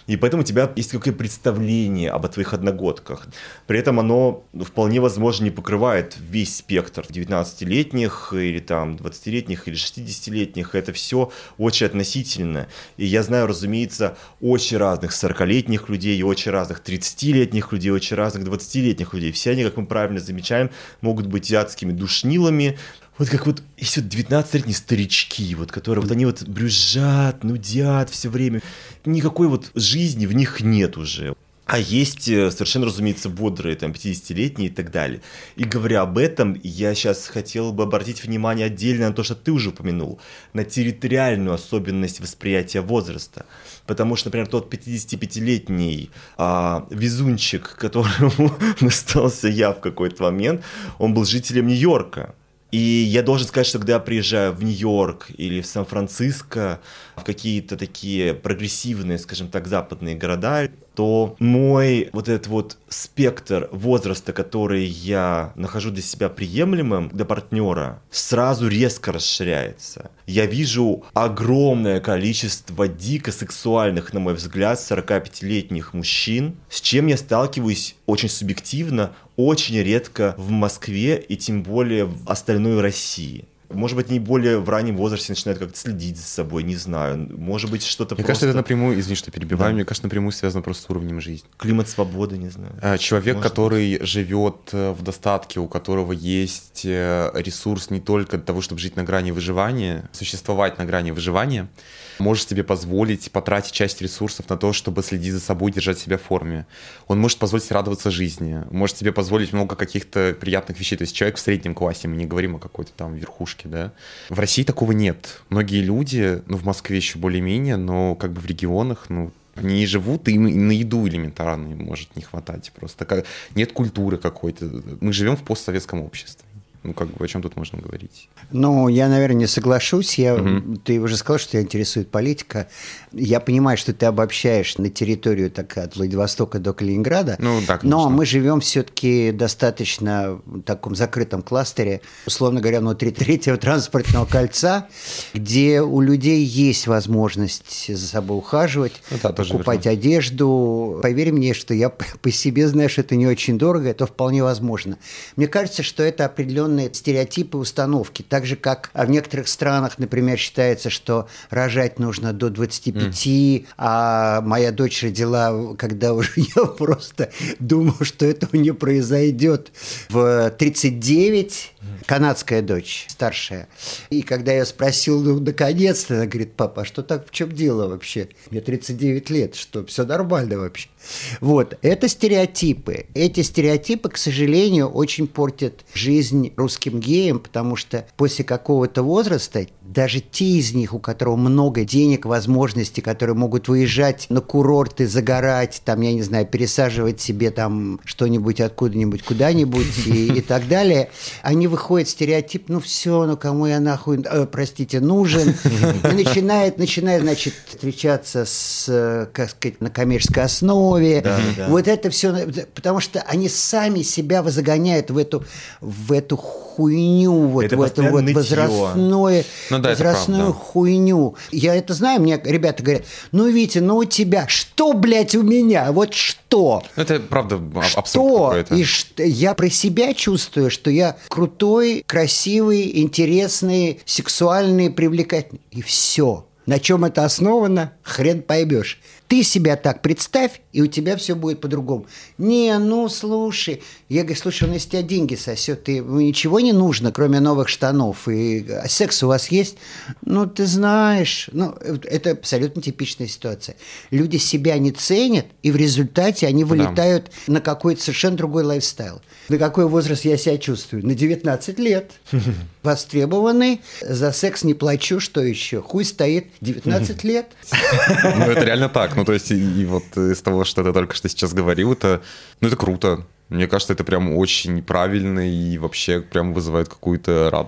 Speaker 2: И поэтому у тебя есть какое-то представление об твоих одногодках. При этом оно вполне возможно не покрывает весь спектр девятнадцатилетних или там двадцатилетних или шестидесятилетних. Это все очень относительно. И я знаю, разумеется, очень разных сорокалетних людей, и очень разных тридцатилетних людей, очень разных двадцатилетних людей. Все они, как мы правильно замечаем, могут быть адскими душнилами. Вот как вот есть вот девятнадцатилетние старички, вот, которые вот они вот брюзжат, нудят все время. Никакой вот жизни в них нет уже. А есть совершенно, разумеется, бодрые, там, пятидесятилетние и так далее. И говоря об этом, я сейчас хотел бы обратить внимание отдельно на то, что ты уже упомянул, на территориальную особенность восприятия возраста. Потому что, например, тот пятидесятипятилетний а, везунчик, которому достался я в какой-то момент, он был жителем Нью-Йорка. И я должен сказать, что когда я приезжаю в Нью-Йорк или в Сан-Франциско, в какие-то такие прогрессивные, скажем так, западные города, то мой вот этот вот спектр возраста, который я нахожу для себя приемлемым, для партнера, сразу резко расширяется. Я вижу огромное количество дико сексуальных, на мой взгляд, сорокапятилетних мужчин, с чем я сталкиваюсь очень субъективно, очень редко в Москве и тем более в остальной России. Может быть, не более в раннем возрасте начинают как-то следить за собой, не знаю. Может быть, что-то
Speaker 3: Мне
Speaker 2: просто...
Speaker 3: кажется, это напрямую, извини, что перебиваю,
Speaker 2: Да.
Speaker 3: мне кажется, напрямую связано просто с уровнем жизни.
Speaker 2: Климат свободы, не знаю.
Speaker 3: Человек,
Speaker 2: Может
Speaker 3: который быть. живет в достатке, у которого есть ресурс не только для того, чтобы жить на грани выживания, существовать на грани выживания, может себе позволить потратить часть ресурсов на то, чтобы следить за собой, держать себя в форме. Он может позволить себе радоваться жизни, может себе позволить много каких-то приятных вещей. То есть человек в среднем классе, мы не говорим о какой-то там верхушке, да. В России такого нет. Многие люди, ну, в Москве еще более-менее, но как бы в регионах, ну, они не живут, и им на еду элементарно может не хватать просто. Как... Нет культуры какой-то. Мы живем в постсоветском обществе. Ну, как бы, о чем тут можно говорить?
Speaker 1: Ну, я, наверное, не соглашусь. Я,
Speaker 3: Угу.
Speaker 1: Ты уже сказал, что тебя интересует политика. Я понимаю, что ты обобщаешь на территорию так, от Владивостока до Калининграда.
Speaker 3: Ну, да, конечно.
Speaker 1: Но мы живем все-таки достаточно в таком закрытом кластере, условно говоря, внутри третьего транспортного кольца, где у людей есть возможность за собой ухаживать,
Speaker 3: Ну, да, тоже
Speaker 1: покупать
Speaker 3: верно.
Speaker 1: одежду. Поверь мне, что я по себе знаю, что это не очень дорого, это вполне возможно. Мне кажется, что это определенные стереотипы, установки. Так же, как в некоторых странах, например, считается, что рожать нужно до двадцати пяти, mm. а моя дочь родила, когда уже я просто думал, что этого не произойдет, в тридцать девять. Канадская дочь, старшая. И когда я спросил, ну, наконец-то, она говорит: папа, а что так, в чем дело вообще? Мне тридцать девять лет, что все нормально вообще. Вот, это стереотипы. Эти стереотипы, к сожалению, очень портят жизнь русским геям, потому что после какого-то возраста даже те из них, у которых много денег, возможностей, которые могут выезжать на курорты, загорать, там, я не знаю, пересаживать себе там что-нибудь откуда-нибудь куда-нибудь и, и так далее, они выходят стереотип: ну все, ну кому я нахуй, э, простите, нужен, и начинает, начинает, значит, встречаться с, как сказать, на коммерческой основе.
Speaker 2: Да, да.
Speaker 1: Вот это все, потому что они сами себя загоняют в эту, в эту хуйню, вот,
Speaker 2: Это
Speaker 1: в эту вот
Speaker 2: нытье.
Speaker 1: возрастное,
Speaker 3: Ну да, это
Speaker 1: возрастную
Speaker 3: правда.
Speaker 1: хуйню. Я это знаю, мне ребята говорят: ну, Витя, ну у тебя, что, блядь, у меня, вот что?
Speaker 3: Это правда абсурд
Speaker 1: Что?
Speaker 3: какой-то.
Speaker 1: И что? Я про себя чувствую, что я крутой, красивый, интересный, сексуальный, привлекательный. И все. На чем это основано, хрен поймешь. Ты себя так представь, и у тебя все будет по-другому. Не, ну, слушай. Я говорю: слушай, он из тебя деньги сосет, ты, ничего не нужно, кроме новых штанов. И а секс у вас есть? Ну, ты знаешь. Ну, это абсолютно типичная ситуация. Люди себя не ценят, и в результате они вылетают да. на какой-то совершенно другой лайфстайл. На какой возраст я себя чувствую? На девятнадцать лет. Востребованный, за секс не плачу, что еще? Хуй стоит, девятнадцать лет.
Speaker 3: Ну, это реально так. Ну, то есть, и, и вот из того, что ты только что сейчас говорил, это, ну, это круто. Мне кажется, это прям очень правильно и вообще прям вызывает какую-то радость.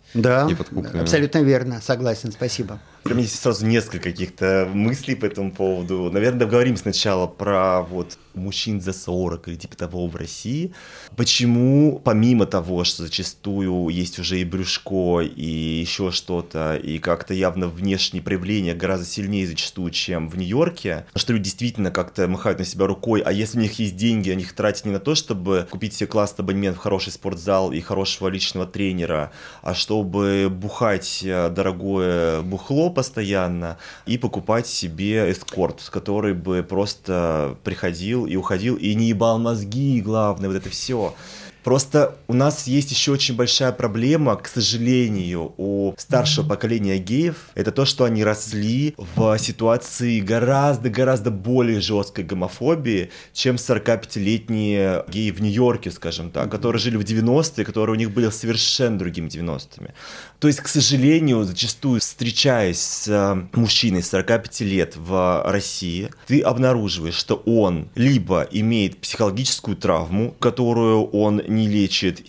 Speaker 1: Да,
Speaker 3: неподкупными.
Speaker 1: абсолютно верно, согласен, спасибо.
Speaker 2: У меня есть сразу несколько каких-то мыслей по этому поводу. Наверное, говорим сначала про вот мужчин за сорок или типа того в России. Почему, помимо того, что зачастую есть уже и брюшко, и еще что-то, и как-то явно внешние проявления гораздо сильнее зачастую, чем в Нью-Йорке, что люди действительно как-то махают на себя рукой, а если у них есть деньги, они их тратят не на то, чтобы купить себе классный абонемент в хороший спортзал и хорошего личного тренера, а чтобы бухать дорогое бухло постоянно и покупать себе эскорт, который бы просто приходил и уходил, и не ебал мозги, главное, вот это все. Просто у нас есть еще очень большая проблема, к сожалению, у старшего поколения геев. Это то, что они росли в ситуации гораздо-гораздо более жесткой гомофобии, чем сорокапятилетние геи в Нью-Йорке, скажем так, которые жили в девяностые, которые у них были совершенно другими девяностыми. То есть, к сожалению, зачастую встречаясь с мужчиной сорока пяти лет в России, ты обнаруживаешь, что он либо имеет психологическую травму, которую он не лечит,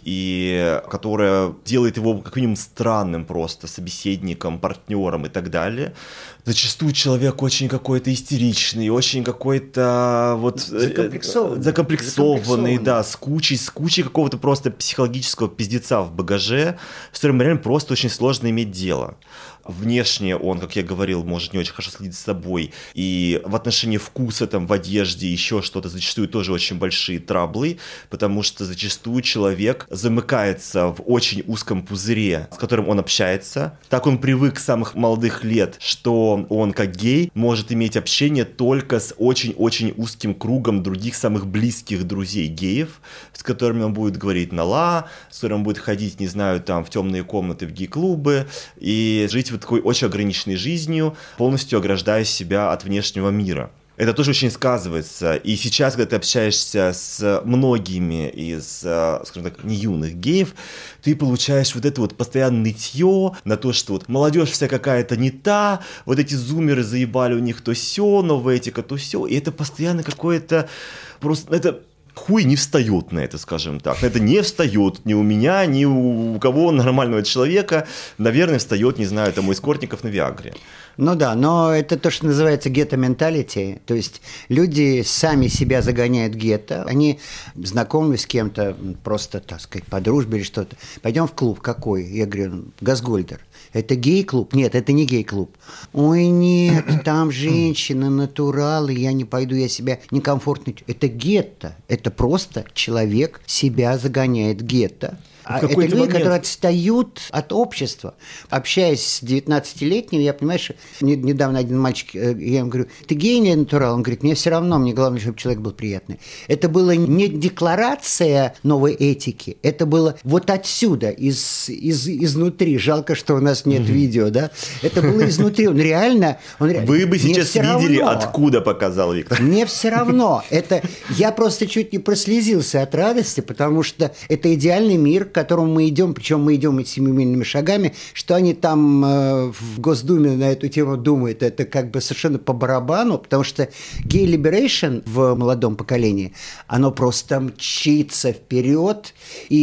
Speaker 2: и которая делает его как минимум странным просто собеседником, партнером и так далее. Зачастую человек очень какой-то истеричный, очень какой-то вот
Speaker 1: закомплексованный,
Speaker 2: закомплексованный,
Speaker 1: закомплексованный.
Speaker 2: да, с кучей, с кучей какого-то просто психологического пиздеца в багаже, с которым реально просто очень сложно иметь дело. Внешне он, как я говорил, может не очень хорошо следить за собой, и в отношении вкуса, там, в одежде, еще что-то, зачастую тоже очень большие траблы, потому что зачастую человек замыкается в очень узком пузыре, с которым он общается. Так он привык с самых молодых лет, что он, как гей, может иметь общение только с очень-очень узким кругом других самых близких друзей геев, с которыми он будет говорить на ла, с которыми он будет ходить, не знаю, там, в темные комнаты, в гей-клубы, и жить вот такой очень ограниченной жизнью, полностью ограждая себя от внешнего мира. Это тоже очень сказывается. И сейчас, когда ты общаешься с многими из, скажем так, неюных геев, ты получаешь вот это вот постоянное нытье на то, что вот молодежь вся какая-то не та, вот эти зумеры заебали, у них то сё, новая этика то сё, и это постоянно какое-то просто... Это хуй не встает на это, скажем так. Это не встает ни у меня, ни у кого нормального человека. Наверное, встает, не знаю, там у эскортников на Виагре.
Speaker 1: Ну да, но это то, что называется гетто-менталити. То есть люди сами себя загоняют в гетто. Они знакомы с кем-то, просто, так сказать, по дружбе или что-то. Пойдем в клуб. Какой? Я говорю, Газгольдер. Это гей-клуб? Нет, это не гей-клуб. Ой, нет, там женщины, натуралы, я не пойду, я себя некомфортно... Это гетто. Это просто человек себя загоняет в гетто. А это люди, момент... которые отстают от общества. Общаясь с девятнадцатилетним, я понимаю, что недавно один мальчик, я ему говорю, ты гей или натурал? Он говорит, мне все равно, мне главное, чтобы человек был приятный. Это была не декларация новой этики, это было вот отсюда, из, из, изнутри. Жалко, что у нас нет mm-hmm. видео, да? Это было изнутри. Он реально... Он реально...
Speaker 2: Вы бы сейчас видели, равно. Откуда показал Виктор.
Speaker 1: Мне все равно. Это... Я просто чуть не прослезился от радости, потому что это идеальный мир, к которому мы идем, причем мы идем семимильными шагами, что они там э, в Госдуме на эту тему думают, это как бы совершенно по барабану, потому что гей-либерейшн в молодом поколении, оно просто мчится вперед,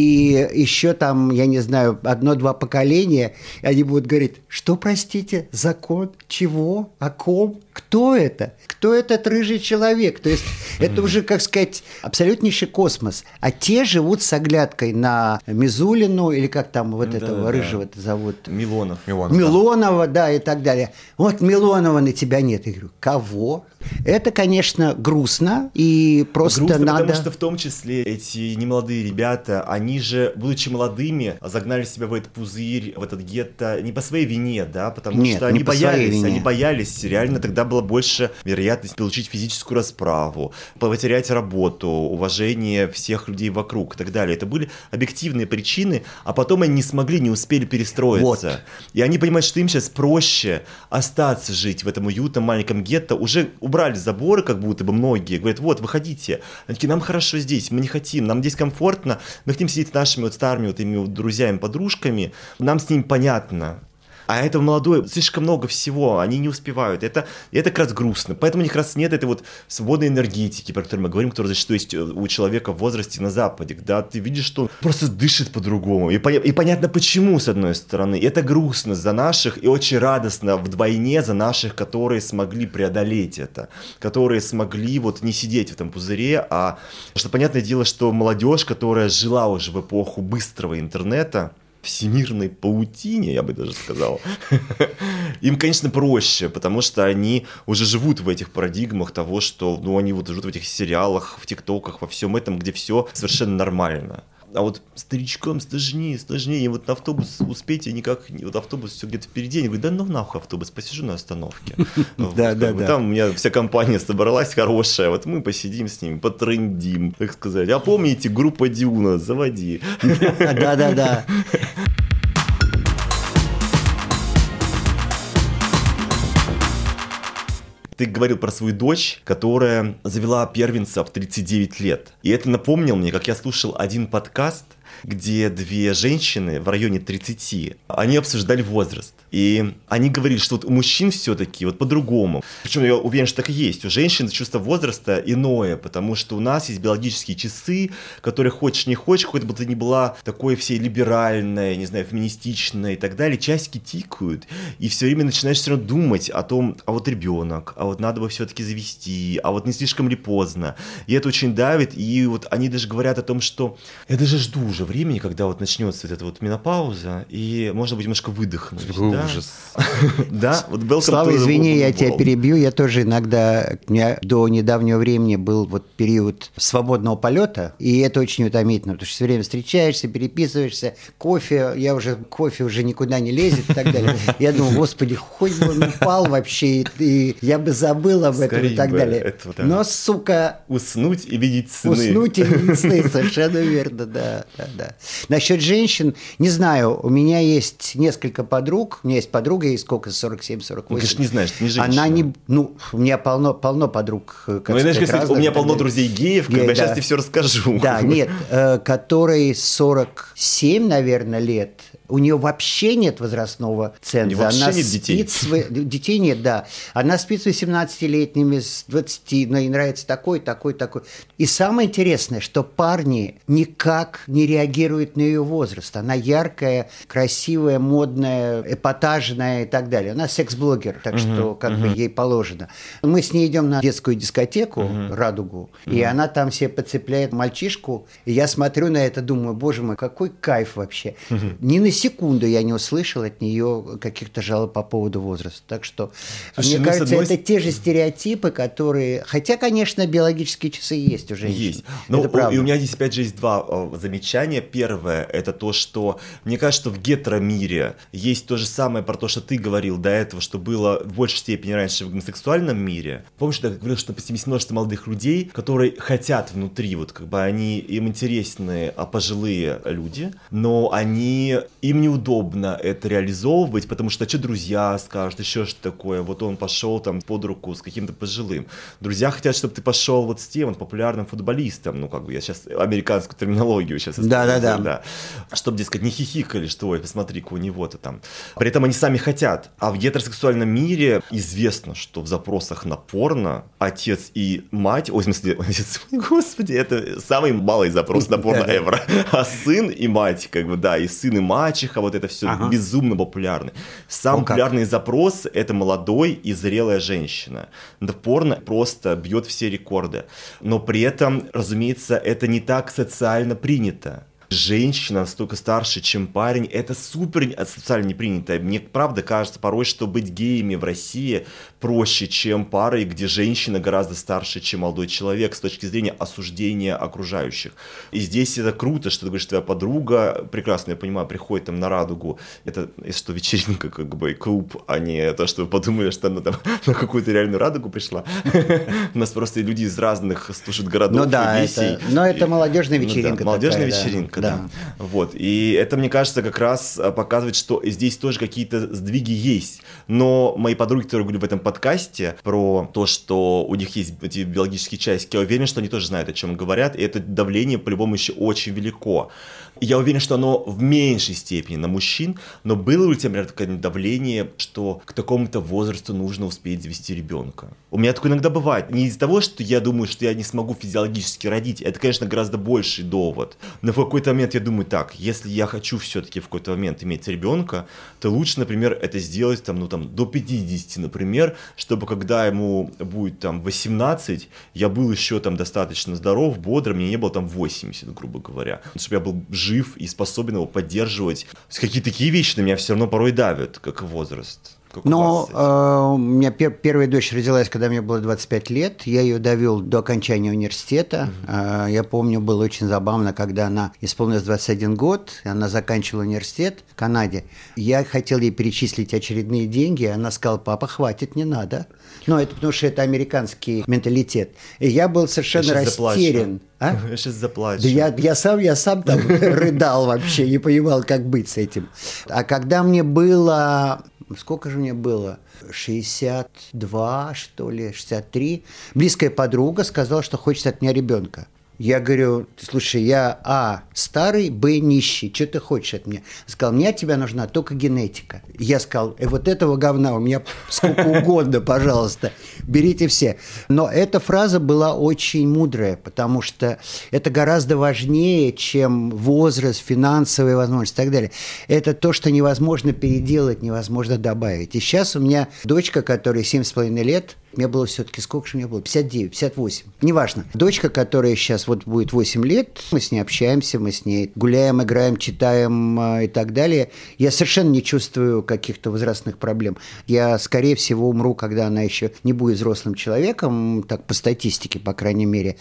Speaker 1: и еще там, я не знаю, одно-два поколения, они будут говорить, что, простите, закон, чего, о ком, кто это? Кто этот рыжий человек? То есть это уже, как сказать, абсолютнейший космос. А те живут с оглядкой на Мизулину, или как там вот
Speaker 2: да,
Speaker 1: этого
Speaker 2: да.
Speaker 1: рыжего-то зовут?
Speaker 2: Милонов.
Speaker 1: Милонов, Милонова, да, и так далее. Вот Милонова на тебя нет. Я говорю, кого? Это, конечно, грустно, и просто
Speaker 2: грустно,
Speaker 1: надо...
Speaker 2: потому что в том числе эти немолодые ребята, они же, будучи молодыми, загнали себя в этот пузырь, в этот гетто не по своей вине, да, потому
Speaker 1: Нет,
Speaker 2: что они боялись,
Speaker 1: они
Speaker 2: боялись, реально тогда была больше вероятность получить физическую расправу, потерять работу, уважение всех людей вокруг и так далее. Это были объективные причины, а потом они не смогли, не успели перестроиться. Вот. И они понимают, что им сейчас проще остаться жить в этом уютном маленьком гетто, уже убрали заборы, как будто бы многие, говорят, вот, выходите. Они такие, нам хорошо здесь, мы не хотим, нам здесь комфортно, мы хотим сидеть с нашими вот старыми вот этими вот друзьями, подружками, нам с ними понятно. А это молодое, слишком много всего, они не успевают. Это, это как раз грустно. Поэтому у них как раз нет этой вот свободной энергетики, про которую мы говорим, которая зачастую есть у человека в возрасте на Западе, когда ты видишь, что он просто дышит по-другому. И, поня- и понятно почему, с одной стороны. И это грустно за наших, и очень радостно вдвойне за наших, которые смогли преодолеть это, которые смогли вот не сидеть в этом пузыре, а что понятное дело, что молодежь, которая жила уже в эпоху быстрого интернета, всемирной паутине, я бы даже сказал, им, конечно, проще, потому что они уже живут в этих парадигмах того, что, ну, они вот живут в этих сериалах, в тиктоках, во всем этом, где все совершенно нормально. А вот старичкам сложнее, сложнее, и вот на автобус успеть, и никак, вот автобус все где-то впереди, они говорят, да ну нахуй автобус, посижу на остановке.
Speaker 1: Да, да, да.
Speaker 2: Там у меня вся компания собралась хорошая, вот мы посидим с ними, потрындим, так сказать. А помните, группа Дюна, заводи.
Speaker 1: Да, да, да.
Speaker 2: Ты говорил про свою дочь, которая завела первенца в тридцать девять лет. И это напомнил мне, как я слушал один подкаст, где две женщины в районе тридцати, они обсуждали возраст. И они говорили, что вот у мужчин все-таки вот по-другому. Причем я уверен, что так и есть. У женщин чувство возраста иное, потому что у нас есть биологические часы, которые хочешь не хочешь, хоть бы ты ни была такой всей либеральной, не знаю, феминистичной и так далее, часики тикают, и все время начинаешь все равно думать о том, а вот ребенок, а вот надо бы все-таки завести, а вот не слишком ли поздно. И это очень давит, и вот они даже говорят о том, что я даже жду уже времени, когда вот начнется вот эта вот менопауза, и можно будет немножко выдохнуть. Да?
Speaker 3: Ужас.
Speaker 2: Да, вот welcome
Speaker 1: Слава,
Speaker 2: to the
Speaker 1: извини, я
Speaker 2: world.
Speaker 1: тебя перебью. Я тоже иногда, у меня до недавнего времени был вот период свободного полета, и это очень утомительно, потому что все время встречаешься, переписываешься, кофе, я уже, кофе уже никуда не лезет и так далее. Я думаю, господи, хоть бы он упал вообще, и я бы забыл об этом
Speaker 2: Скорей
Speaker 1: и так
Speaker 2: бы
Speaker 1: далее.
Speaker 2: это, да.
Speaker 1: Но, сука,
Speaker 2: Уснуть и видеть сны.
Speaker 1: уснуть и видеть сны, совершенно верно, да, да, да. Насчет женщин, не знаю, у меня есть несколько подруг, у меня есть подруга, ей сколько, сорок семь сорок восемь.
Speaker 2: Ну, конечно, не знаешь, ты не женщина.
Speaker 1: Она не, ну, у меня полно, полно подруг, как
Speaker 2: Ну, знаешь,
Speaker 1: сказать,
Speaker 2: как,
Speaker 1: разных,
Speaker 2: у меня полно
Speaker 1: да.
Speaker 2: друзей геев, когда
Speaker 1: Гей,
Speaker 2: я сейчас
Speaker 1: да.
Speaker 2: тебе все расскажу.
Speaker 1: Да, нет, э, которой сорок семь, наверное, лет, у нее вообще нет возрастного ценза.
Speaker 2: У нее вообще
Speaker 1: Она
Speaker 2: нет детей.
Speaker 1: спит с... Детей нет, да. Она спит с восемнадцатилетними, с двадцати, но ей нравится такой, такой, такой. И самое интересное, что парни никак не реагируют на ее возраст. Она яркая, красивая, модная, эпатажная и так далее. Она секс-блогер, так uh-huh, что как uh-huh. бы ей положено. Мы с ней идем на детскую дискотеку uh-huh. «Радугу», uh-huh. и она там себе подцепляет мальчишку, и я смотрю на это, думаю, боже мой, какой кайф вообще. Uh-huh. Ни на секунду я не услышал от нее каких-то жалоб по поводу возраста. Так что, Слушай, мне ну, кажется, одной... это те же стереотипы, которые... Хотя, конечно, биологические часы есть у женщин.
Speaker 2: Есть. Но
Speaker 1: это правда.
Speaker 2: И у меня здесь, опять же, есть два замечания. Первое, это то, что мне кажется, что в гетеромире есть то же самое про то, что ты говорил до этого, что было в большей степени раньше в гомосексуальном мире. Помнишь, что я говорил, что есть множество молодых людей, которые хотят внутри, вот как бы они, им интересны а пожилые люди, но они, им неудобно это реализовывать, потому что что друзья скажут, еще что такое, вот он пошел там под руку с каким-то пожилым. Друзья хотят, чтобы ты пошел вот с тем вот, популярным футболистом, ну как бы я сейчас американскую терминологию сейчас
Speaker 1: Да-да-да.
Speaker 2: Да. Чтобы, дескать, не хихикали, что ой, посмотри-ка у него-то там. При этом они сами хотят. А в гетеросексуальном мире известно, что в запросах на порно отец и мать, ой, в смысле, отец, господи, это самый малый запрос на порно ever. А сын и мать, как бы, да, и сын и мачеха, вот это все ага. безумно популярно. Самый популярный запрос – это молодой и зрелая женщина. Да, порно просто бьет все рекорды. Но при этом, разумеется, это не так социально принято. Женщина настолько старше, чем парень, это супер социально не принято. Мне правда кажется порой, что быть геями в России проще, чем парой, где женщина гораздо старше, чем молодой человек с точки зрения осуждения окружающих. И здесь это круто, что ты говоришь, твоя подруга, прекрасно, я понимаю, приходит там на «Радугу», это что вечеринка, как бы, клуб, а не то, что вы подумали, что она там на какую-то реальную «Радугу» пришла. У нас просто люди из разных слушают городов.
Speaker 1: Ну да, но это молодежная вечеринка.
Speaker 2: Молодежная вечеринка. девчонка, да. да. Вот. И это, мне кажется, как раз показывает, что здесь тоже какие-то сдвиги есть. Но мои подруги, которые говорили в этом подкасте про то, что у них есть эти биологические часики, я уверен, что они тоже знают, о чем говорят, и это давление по-любому еще очень велико. Я уверен, что оно в меньшей степени на мужчин, но было ли у тебя, например, такое давление, что к такому-то возрасту нужно успеть завести ребенка? У меня такое иногда бывает. Не из-за того, что я думаю, что я не смогу физиологически родить. Это, конечно, гораздо больший довод. Но в какой-то момент я думаю, так, если я хочу все-таки в какой-то момент иметь ребенка, то лучше, например, это сделать там, ну, там, до пятидесяти, например, чтобы когда ему будет там восемнадцать, я был еще там достаточно здоров, бодр, мне не было там восемьдесят, грубо говоря. Чтобы я был жив и способен его поддерживать. Какие-то такие вещи на меня все равно порой давят, как возраст. Как
Speaker 1: Но э, у меня пер- первая дочь родилась, когда мне было двадцать пять лет. Я ее довел до окончания университета. Mm-hmm. Э, я помню, было очень забавно, когда она исполнилась двадцать один год, она заканчивала университет в Канаде. Я хотел ей перечислить очередные деньги, она сказала, папа, хватит, не надо. Ну, это потому что это американский менталитет. И я был совершенно я растерян.
Speaker 2: А? Я сейчас заплачу.
Speaker 1: Да я, я, сам, я сам там рыдал вообще, не понимал, как быть с этим. А когда мне было... Сколько же мне было? шестьдесят два, что ли, шестьдесят три. Близкая подруга сказала, что хочет от меня ребенка. Я говорю, слушай, я а, старый, б, нищий, что ты хочешь от меня? Сказал, мне от тебя нужна только генетика. Я сказал, э, вот этого говна у меня сколько угодно, пожалуйста, берите все. Но эта фраза была очень мудрая, потому что это гораздо важнее, чем возраст, финансовые возможности и так далее. Это то, что невозможно переделать, невозможно добавить. И сейчас у меня дочка, которой семь с половиной лет, мне было все-таки, сколько же мне было? пятьдесят девять, пятьдесят восемь. Неважно. Дочка, которая сейчас вот будет восемь лет, мы с ней общаемся, мы с ней гуляем, играем, читаем э, и так далее. Я совершенно не чувствую каких-то возрастных проблем. Я, скорее всего, умру, когда она еще не будет взрослым человеком, так по статистике, по крайней мере.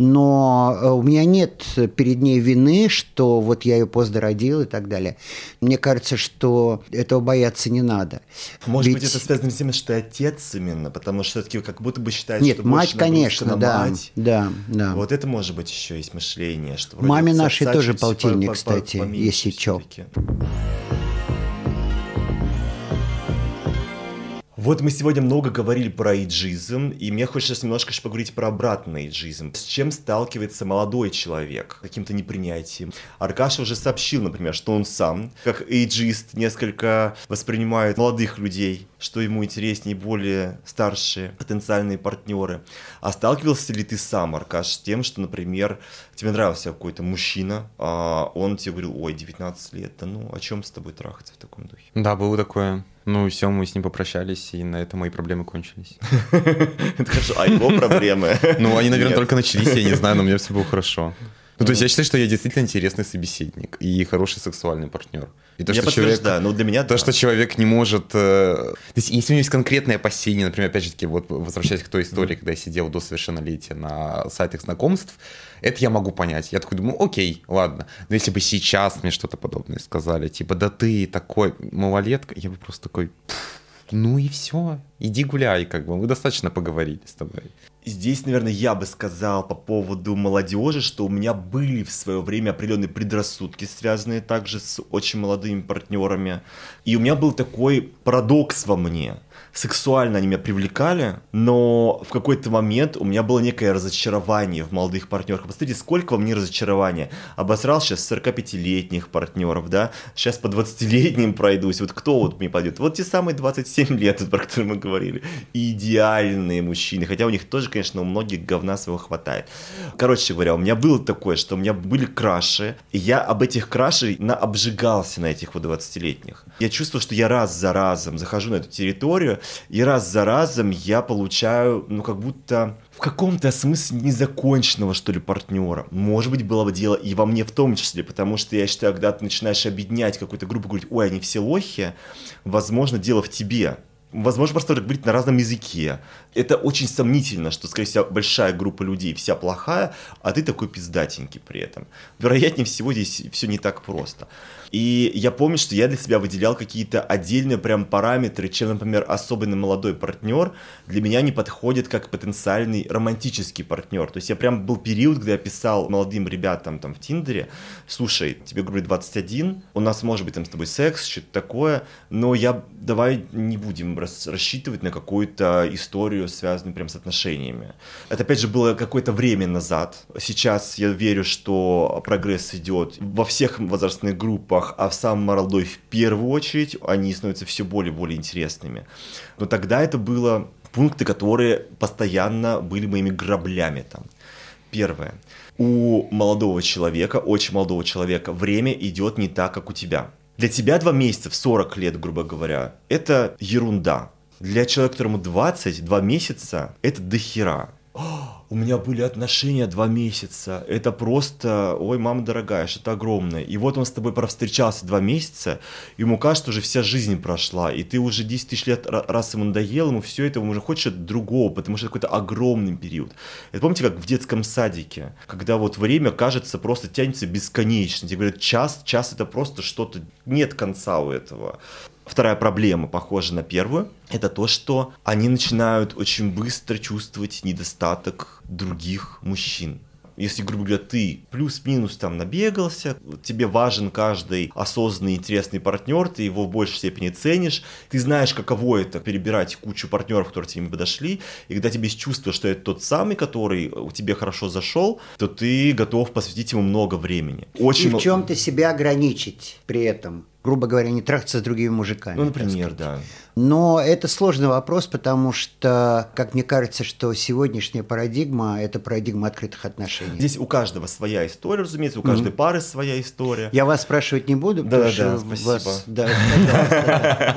Speaker 1: Но э, у меня нет перед ней вины, что вот я ее поздно родил и так далее. Мне кажется, что этого бояться не надо.
Speaker 2: Может
Speaker 1: Ведь...
Speaker 2: быть, это связано с тем, что ты отец именно, потому что все-таки как будто бы считаешь,
Speaker 1: Нет,
Speaker 2: что
Speaker 1: мать,
Speaker 2: больше
Speaker 1: конечно,
Speaker 2: на
Speaker 1: да,
Speaker 2: мать.
Speaker 1: да, да.
Speaker 2: Вот это может быть еще есть мышление, что вроде
Speaker 1: маме
Speaker 2: отца
Speaker 1: нашей тоже
Speaker 2: чуть
Speaker 1: полтинник,
Speaker 2: по- по-
Speaker 1: кстати,
Speaker 2: поменьше
Speaker 1: если чё.
Speaker 2: все-таки. Вот мы сегодня много говорили про эйджизм, и мне хочется сейчас немножко еще поговорить про обратный эйджизм. С чем сталкивается молодой человек? Каким-то непринятием. Аркаша уже сообщил, например, что он сам, как эйджист, несколько воспринимает молодых людей, что ему интереснее более старшие потенциальные партнеры. А сталкивался ли ты сам, Аркаш, с тем, что, например, тебе нравился какой-то мужчина, а он тебе говорил, ой, девятнадцать лет, да ну, о чем с тобой трахаться в таком духе?
Speaker 3: Да, было такое. Ну, все, мы с ним попрощались, и на этом мои проблемы кончились.
Speaker 2: Это хорошо, а его проблемы?
Speaker 3: Ну, они, наверное, только начались, я не знаю, но у меня все было хорошо. Ну, то есть я считаю, что я действительно интересный собеседник и хороший сексуальный партнер. И то,
Speaker 2: я
Speaker 3: что человек,
Speaker 2: но для меня
Speaker 3: то,
Speaker 2: да.
Speaker 3: что человек не может... То есть если у него есть конкретные опасения, например, опять же таки, вот возвращаясь к той истории, mm. когда я сидел до совершеннолетия на сайтах знакомств, это я могу понять. Я такой думаю, окей, ладно. Но если бы сейчас мне что-то подобное сказали, типа, да ты такой малолетка, я бы просто такой... Ну и все, иди гуляй, как бы, мы достаточно поговорили с тобой.
Speaker 2: Здесь, наверное, я бы сказал по поводу молодежи, что у меня были в свое время определенные предрассудки, связанные также с очень молодыми партнерами. И у меня был такой парадокс во мне. Сексуально они меня привлекали, но в какой-то момент у меня было некое разочарование в молодых партнерах. Посмотрите, сколько во мне разочарования. Обосрал сейчас сорокапятилетних партнеров, да? Сейчас по двадцатилетним пройдусь. Вот кто вот мне пойдет? Вот те самые двадцать семь лет, про которые мы говорили. Идеальные мужчины. Хотя у них тоже, конечно, у многих говна своего хватает. Короче говоря, у меня было такое, что у меня были краши, и я об этих крашей обжигался на этих вот двадцатилетних. Я чувствовал, что я раз за разом захожу на эту территорию, и раз за разом я получаю, ну, как будто в каком-то смысле незаконченного, что ли, партнера. Может быть, было бы дело и во мне в том числе, потому что я считаю, когда ты начинаешь объединять какую-то группу, говорить, ой, они все лохи, возможно, дело в тебе. возможно, просто говорить на разном языке. Это очень сомнительно, что, скорее всего, большая группа людей вся плохая, а ты такой пиздатенький при этом. Вероятнее всего, здесь все не так просто. И я помню, что я для себя выделял какие-то отдельные прям параметры, чем, например, особенно молодой партнер для меня не подходит как потенциальный романтический партнер. То есть я прям был период, когда я писал молодым ребятам там в Тиндере: слушай, тебе, говорю, двадцать один, у нас может быть там с тобой секс, что-то такое, но я давай не будем рас- рассчитывать на какую-то историю, связанную прям с отношениями. Это, опять же, было какое-то время назад. Сейчас я верю, что прогресс идет во всех возрастных группах, а в самом молодой в первую очередь, они становятся все более и более интересными. Но тогда это было пункты, которые постоянно были моими граблями там. Первое. У молодого человека, очень молодого человека, время идет не так, как у тебя. Для тебя два месяца в сорок лет, грубо говоря, это ерунда. Для человека, которому двадцать, два месяца, это дохера. У меня были отношения два месяца. Это просто, ой, мама дорогая, что-то огромное. И вот он с тобой провстречался два месяца, ему кажется, уже вся жизнь прошла, и ты уже десять тысяч лет, раз ему надоел, ему все это, ему уже хочешь что-то другого, потому что это какой-то огромный период. Это помните, как в детском садике, когда вот время, кажется, просто тянется бесконечно. Тебе говорят, час, час это просто что-то, нет конца у этого. Вторая проблема, похожа на первую, это то, что они начинают очень быстро чувствовать недостаток других мужчин. Если, грубо говоря, ты плюс-минус там набегался, тебе важен каждый осознанный, интересный партнер, ты его в большей степени ценишь, ты знаешь, каково это перебирать кучу партнеров, которые тебе не подошли, и когда тебе есть чувство, что это тот самый, который тебе хорошо зашел, то ты готов посвятить ему много времени. Очень
Speaker 1: И в чем-то себя ограничить при этом. Грубо говоря, не трахаться с другими мужиками.
Speaker 2: Ну, например, да.
Speaker 1: Но это сложный вопрос, потому что, как мне кажется, что сегодняшняя парадигма – это парадигма открытых отношений.
Speaker 2: Здесь у каждого своя история, разумеется, у каждой mm-hmm. пары своя история.
Speaker 1: Я вас спрашивать не буду,
Speaker 2: да,
Speaker 1: потому
Speaker 2: да,
Speaker 1: что
Speaker 2: спасибо.
Speaker 1: Вас... Да, пожалуйста.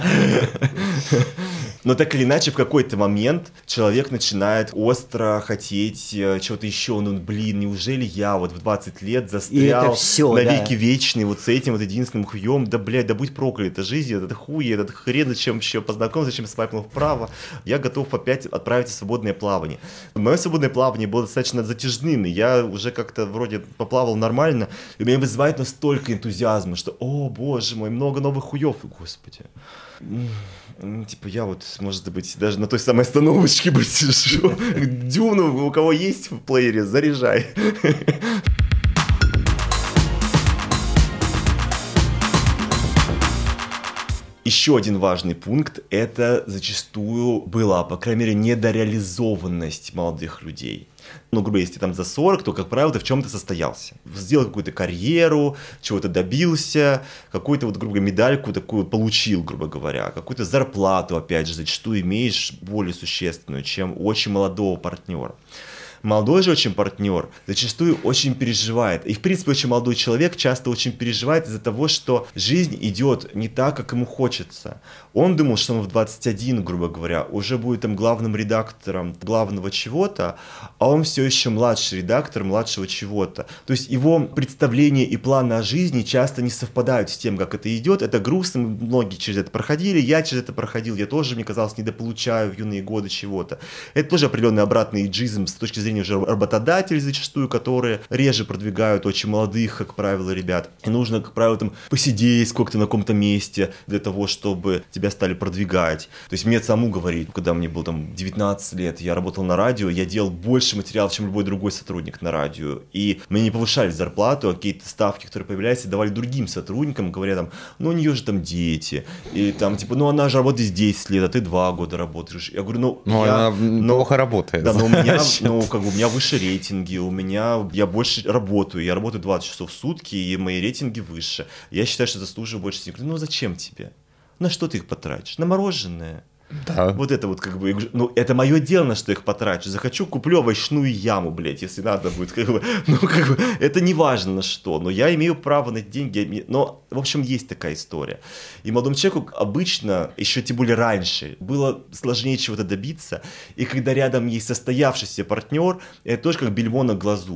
Speaker 2: Но так или иначе, в какой-то момент человек начинает остро хотеть чего-то еще. Ну, блин, неужели я вот в двадцать лет застрял
Speaker 1: все,
Speaker 2: навеки
Speaker 1: да.
Speaker 2: вечный вот с этим вот единственным хуем? Да, блядь, да будь проклята жизнь, этот хуй, этот хрен, зачем еще познакомиться, зачем свайпнул вправо? Я готов опять отправиться в свободное плавание. Мое свободное плавание было достаточно затяжным, и я уже как-то вроде поплавал нормально, и меня вызывает настолько энтузиазма, что, о, боже мой, много новых хуев, господи. Типа я вот, может быть, даже на той самой остановочке бы сижу. Дюну, у кого есть в плеере, заряжай. Еще один важный пункт – это зачастую была, по крайней мере, недореализованность молодых людей. Ну, грубо говоря, если там за сорок, то, как правило, ты в чем-то состоялся. Сделал какую-то карьеру, чего-то добился, какую-то, вот, грубо говоря, медальку такую получил, грубо говоря, какую-то зарплату, опять же, зачастую имеешь более существенную, чем у очень молодого партнера. Молодой же очень партнер зачастую очень переживает. И, в принципе, очень молодой человек часто очень переживает из-за того, что жизнь идет не так, как ему хочется. Он думал, что он в двадцать один, грубо говоря, уже будет там главным редактором главного чего-то, а он все еще младший редактор младшего чего-то. То есть его представления и планы о жизни часто не совпадают с тем, как это идет. Это грустно, многие через это проходили, я через это проходил, я тоже, мне казалось, недополучаю в юные годы чего-то. Это тоже определенный обратный эйджизм с точки зрения уже работодателей зачастую, которые реже продвигают очень молодых, как правило, ребят. И нужно, как правило, там посидеть сколько-то на каком-то месте для того, чтобы тебя стали продвигать. То есть мне самому говорить, когда мне было там девятнадцать лет, я работал на радио, я делал больше материалов, чем любой другой сотрудник на радио. И мне не повышали зарплату, а какие-то ставки, которые появлялись, давали другим сотрудникам, говоря там, ну у нее же там дети. И там типа, ну она же работает здесь десять лет, а ты два года работаешь. Я говорю, ну...
Speaker 3: Ну
Speaker 2: я,
Speaker 3: она ну, плохо работает.
Speaker 2: Да, но у меня, ну, как бы, у меня выше рейтинги, у меня, я больше работаю, я работаю двадцать часов в сутки, и мои рейтинги выше. Я считаю, что заслуживаю больше. Я говорю, ну зачем тебе? На что ты их потратишь? На мороженое?
Speaker 3: Да.
Speaker 2: Вот это вот как бы, ну это мое дело, на что их потрачу. Захочу, куплю овощную яму, блядь, если надо будет, как бы, ну как бы, это не важно на что, но я имею право на эти деньги, но, в общем, есть такая история. И молодому человеку обычно, еще тем более раньше, было сложнее чего-то добиться, и когда рядом есть состоявшийся партнер, это тоже как бельмо на глазу.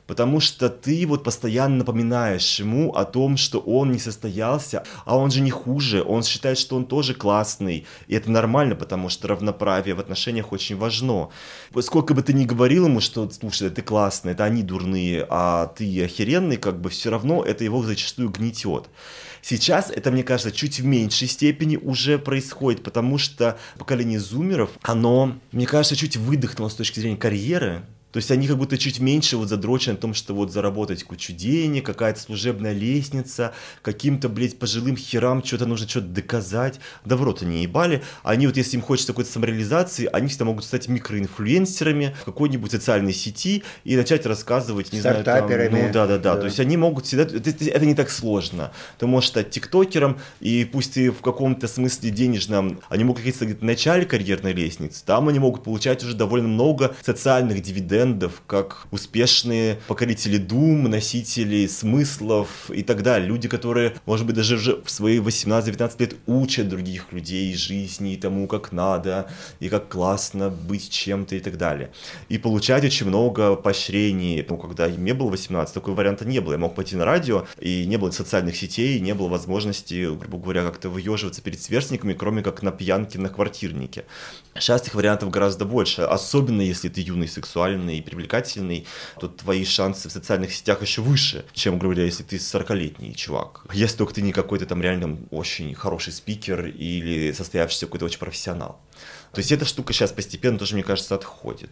Speaker 2: потому что ты вот постоянно напоминаешь ему о том, что он не состоялся, а он же не хуже, он считает, что он тоже классный, и это нормально, потому что равноправие в отношениях очень важно. Сколько бы ты ни говорил ему, что, слушай, ты классный, это они дурные, а ты охеренный, как бы все равно это его зачастую гнетет. Сейчас это, мне кажется, чуть в меньшей степени уже происходит, потому что поколение зумеров, оно, мне кажется, чуть выдохнуло с точки зрения карьеры. То есть они как будто чуть меньше вот задрочены о том, что вот заработать кучу денег, какая-то служебная лестница, каким-то, блядь, пожилым херам что-то нужно что-то доказать. Да в рот они ебали. Они вот, если им хочется какой-то самореализации, они всегда могут стать микроинфлюенсерами в какой-нибудь социальной сети и начать рассказывать, не знаю, там, ну да-да-да. То есть они могут всегда... Это, это не так сложно. Ты можешь стать тиктокером, и пусть ты в каком-то смысле денежном, они могут находиться где-то в начале карьерной лестницы, там они могут получать уже довольно много социальных дивидендов, как успешные покорители дум, носители смыслов и так далее. Люди, которые, может быть, даже уже в свои восемнадцать-девятнадцать лет учат других людей жизни и тому, как надо, и как классно быть чем-то и так далее. И получать очень много поощрений. Ну, когда мне было восемнадцать, такого варианта не было. Я мог пойти на радио, и не было социальных сетей, не было возможности, грубо говоря, как-то выеживаться перед сверстниками, кроме как на пьянке на квартирнике. Сейчас этих вариантов гораздо больше, особенно если ты юный, сексуальный и привлекательный, то твои шансы в социальных сетях еще выше, чем, грубо говоря, если ты сорокалетний чувак. Если только ты не какой-то там реально очень хороший спикер или состоявшийся какой-то очень профессионал. То есть эта штука сейчас постепенно тоже, мне кажется, отходит.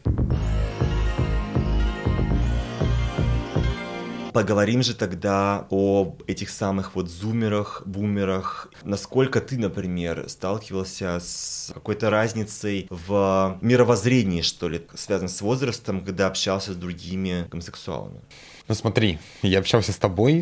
Speaker 2: Поговорим же тогда об этих самых вот зумерах, бумерах. Насколько ты, например, сталкивался с какой-то разницей в мировоззрении, что ли, связанной с возрастом, когда общался с другими гомосексуалами?
Speaker 3: Ну смотри, я общался с тобой.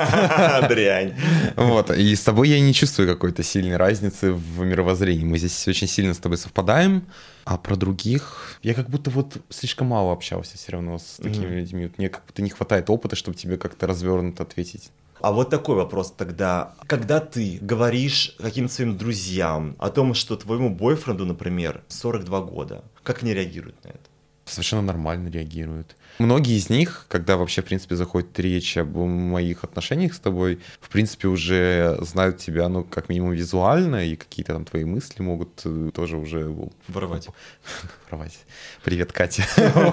Speaker 2: Дрянь.
Speaker 3: Вот, и с тобой я не чувствую какой-то сильной разницы в мировоззрении. Мы здесь очень сильно с тобой совпадаем, а про других я как будто вот слишком мало общался все равно с такими mm-hmm. людьми. Мне как будто не хватает опыта, чтобы тебе как-то развернуто ответить.
Speaker 2: А вот такой вопрос тогда. Когда ты говоришь каким-то своим друзьям о том, что твоему бойфренду, например, сорок два года, как они реагируют на это?
Speaker 3: Совершенно нормально реагируют. Многие из них, когда вообще, в принципе, заходит речь об моих отношениях с тобой, в принципе, уже знают тебя, ну, как минимум визуально, и какие-то там твои мысли могут тоже уже...
Speaker 2: Воровать.
Speaker 3: Воровать. Привет, Катя.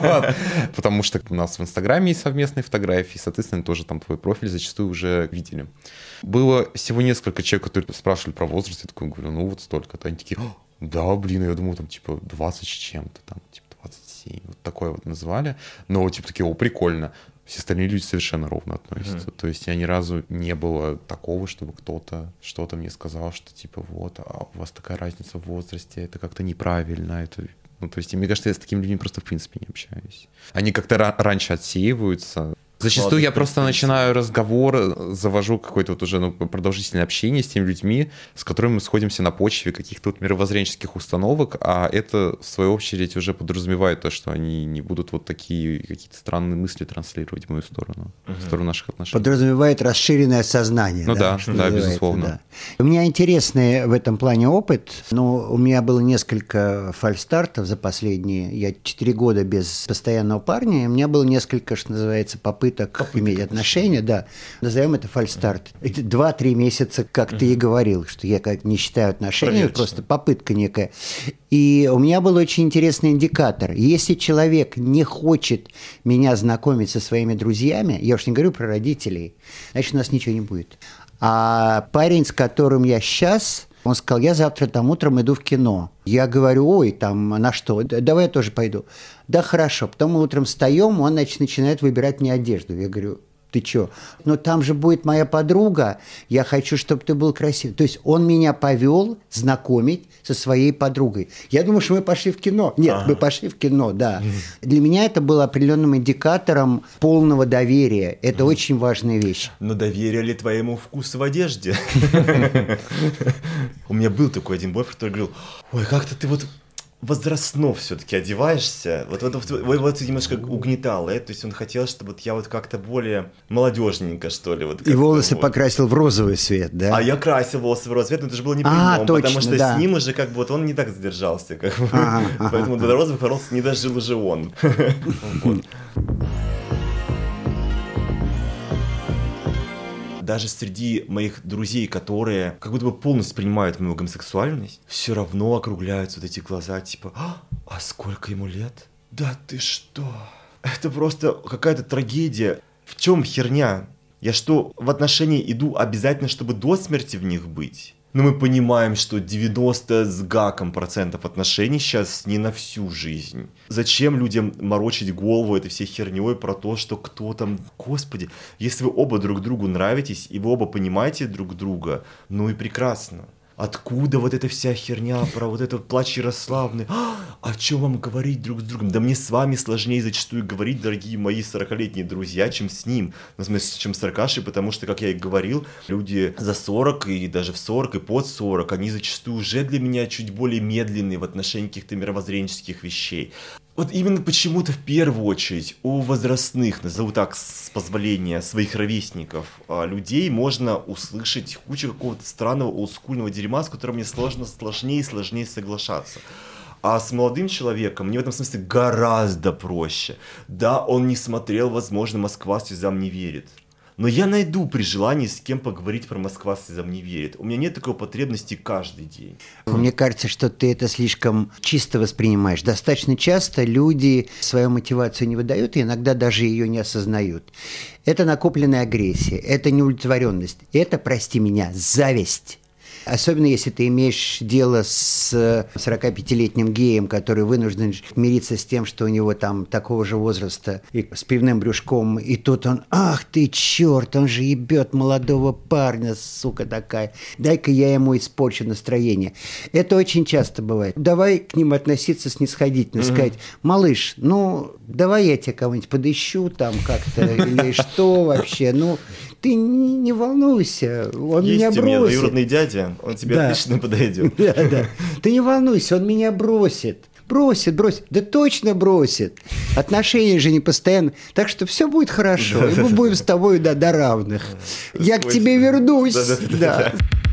Speaker 3: Потому что у нас в Инстаграме есть совместные фотографии, соответственно, тоже там твой профиль зачастую уже видели. Было всего несколько человек, которые спрашивали про возраст, я такой говорю, ну, вот столько-то. Они такие, да, блин, я думаю, там, типа, двадцать с чем-то, там, типа, двадцать семь, вот такое вот назвали, но типа такие, о, прикольно. Все остальные люди совершенно ровно относятся. Mm-hmm. То есть я ни разу не было такого, чтобы кто-то что-то мне сказал, что типа вот, а у вас такая разница в возрасте, это как-то неправильно, это... Ну, то есть, мне кажется, я с такими людьми просто в принципе не общаюсь. Они как-то ра- раньше отсеиваются. Зачастую Ладно, я просто начинаю разговор, завожу какое-то вот уже ну, продолжительное общение с теми людьми, с которыми мы сходимся на почве каких-то вот мировоззренческих установок, а это, в свою очередь, уже подразумевает то, что они не будут вот такие какие-то странные мысли транслировать в мою сторону, угу. в сторону наших отношений.
Speaker 1: Подразумевает расширенное сознание.
Speaker 3: Ну да, да, да безусловно.
Speaker 1: Да. У меня интересный в этом плане опыт, но у меня было несколько фальстартов за последние, я четыре года без постоянного парня, и у меня было несколько, что называется, попыток Попытка иметь отношения, да, назовем это фальстарт. Это два-три месяца, как mm-hmm. ты и говорил, что я как не считаю отношения, Проверочно. Просто попытка некая. И у меня был очень интересный индикатор. Если человек не хочет меня знакомить со своими друзьями, я уж не говорю про родителей, значит, у нас ничего не будет. А парень, с которым я сейчас... Он сказал, я завтра там утром иду в кино. Я говорю, ой, там на что? Давай я тоже пойду. Да, хорошо. Потом мы утром встаем, он значит, начинает выбирать мне одежду. Я говорю, ты чё? Но там же будет моя подруга, я хочу, чтобы ты был красивый. То есть он меня повел знакомить со своей подругой. Я думаю, что мы пошли в кино. Нет, ага. мы пошли в кино, да. Для меня это было определенным индикатором полного доверия. Это очень важная вещь.
Speaker 2: Но доверие ли твоему вкусу в одежде? У меня был такой один бойфренд, который говорил, ой, как-то ты вот... возрастно все-таки одеваешься, вот, вот, вот, вот, вот немножко угнетало, то есть он хотел, чтобы вот я вот как-то более молодежненько, что ли. Вот
Speaker 1: и волосы
Speaker 2: вот.
Speaker 1: Покрасил в розовый цвет, да?
Speaker 2: А я красил волосы в розовый цвет, но это же было не при
Speaker 1: а,
Speaker 2: нем,
Speaker 1: точно,
Speaker 2: потому что
Speaker 1: да.
Speaker 2: с ним уже как бы вот он не так задержался, как бы.
Speaker 1: Ага, ага,
Speaker 2: поэтому
Speaker 1: ага.
Speaker 2: до розовых волос не дожил уже он. даже среди моих друзей, которые как будто бы полностью принимают мою гомосексуальность, все равно округляются вот эти глаза, типа, а, а сколько ему лет? Да ты что? Это просто какая-то трагедия. В чем херня? Я что, в отношения иду обязательно, чтобы до смерти в них быть? Но мы понимаем, что девяносто с гаком процентов отношений сейчас не на всю жизнь. Зачем людям морочить голову этой всей херней про то, что кто там... Господи, если вы оба друг другу нравитесь, и вы оба понимаете друг друга, ну и прекрасно. Откуда вот эта вся херня про вот этот плач Ярославны? А, о чем вам говорить друг с другом? Да мне с вами сложнее зачастую говорить, дорогие мои сорокалетние друзья, чем с ним. Ну, в смысле, чем с Аркашей, потому что, как я и говорил, люди за сорок и даже в сорок и под сорок, они зачастую уже для меня чуть более медленные в отношении каких-то мировоззренческих вещей. Вот именно почему-то в первую очередь у возрастных, назову так с позволения своих ровесников, людей можно услышать кучу какого-то странного олдскульного дерьма, с которым мне сложно, сложнее и сложнее соглашаться. А с молодым человеком мне в этом смысле гораздо проще. Да, он не смотрел, возможно, «Москва слезам не верит». Но я найду при желании с кем поговорить про «Москва слезам не верит». У меня нет такой потребности каждый день.
Speaker 1: Мне кажется, что ты это слишком чисто воспринимаешь. Достаточно часто люди свою мотивацию не выдают и иногда даже ее не осознают. Это накопленная агрессия, это неудовлетворенность, это, прости меня, зависть. Особенно если ты имеешь дело с сорокапятилетним геем, который вынужден мириться с тем, что у него там такого же возраста и с пивным брюшком, и тут он, ах ты черт, он же ебет молодого парня, сука такая, дай-ка я ему испорчу настроение. Это очень часто бывает. Давай к ним относиться снисходительно, mm-hmm. сказать, малыш, ну давай я тебе кого-нибудь подыщу там как-то, или что вообще, ну... Ты не, не волнуйся, он
Speaker 2: Есть
Speaker 1: меня бросит. Есть у меня
Speaker 2: двоюродный дядя, он тебе да. отлично подойдет.
Speaker 1: Да, да. Ты не волнуйся, он меня бросит. Бросит, бросит. Да точно бросит. Отношения же не постоянно. Так что все будет хорошо. И мы будем с тобой да, до равных. Я к тебе вернусь. Да.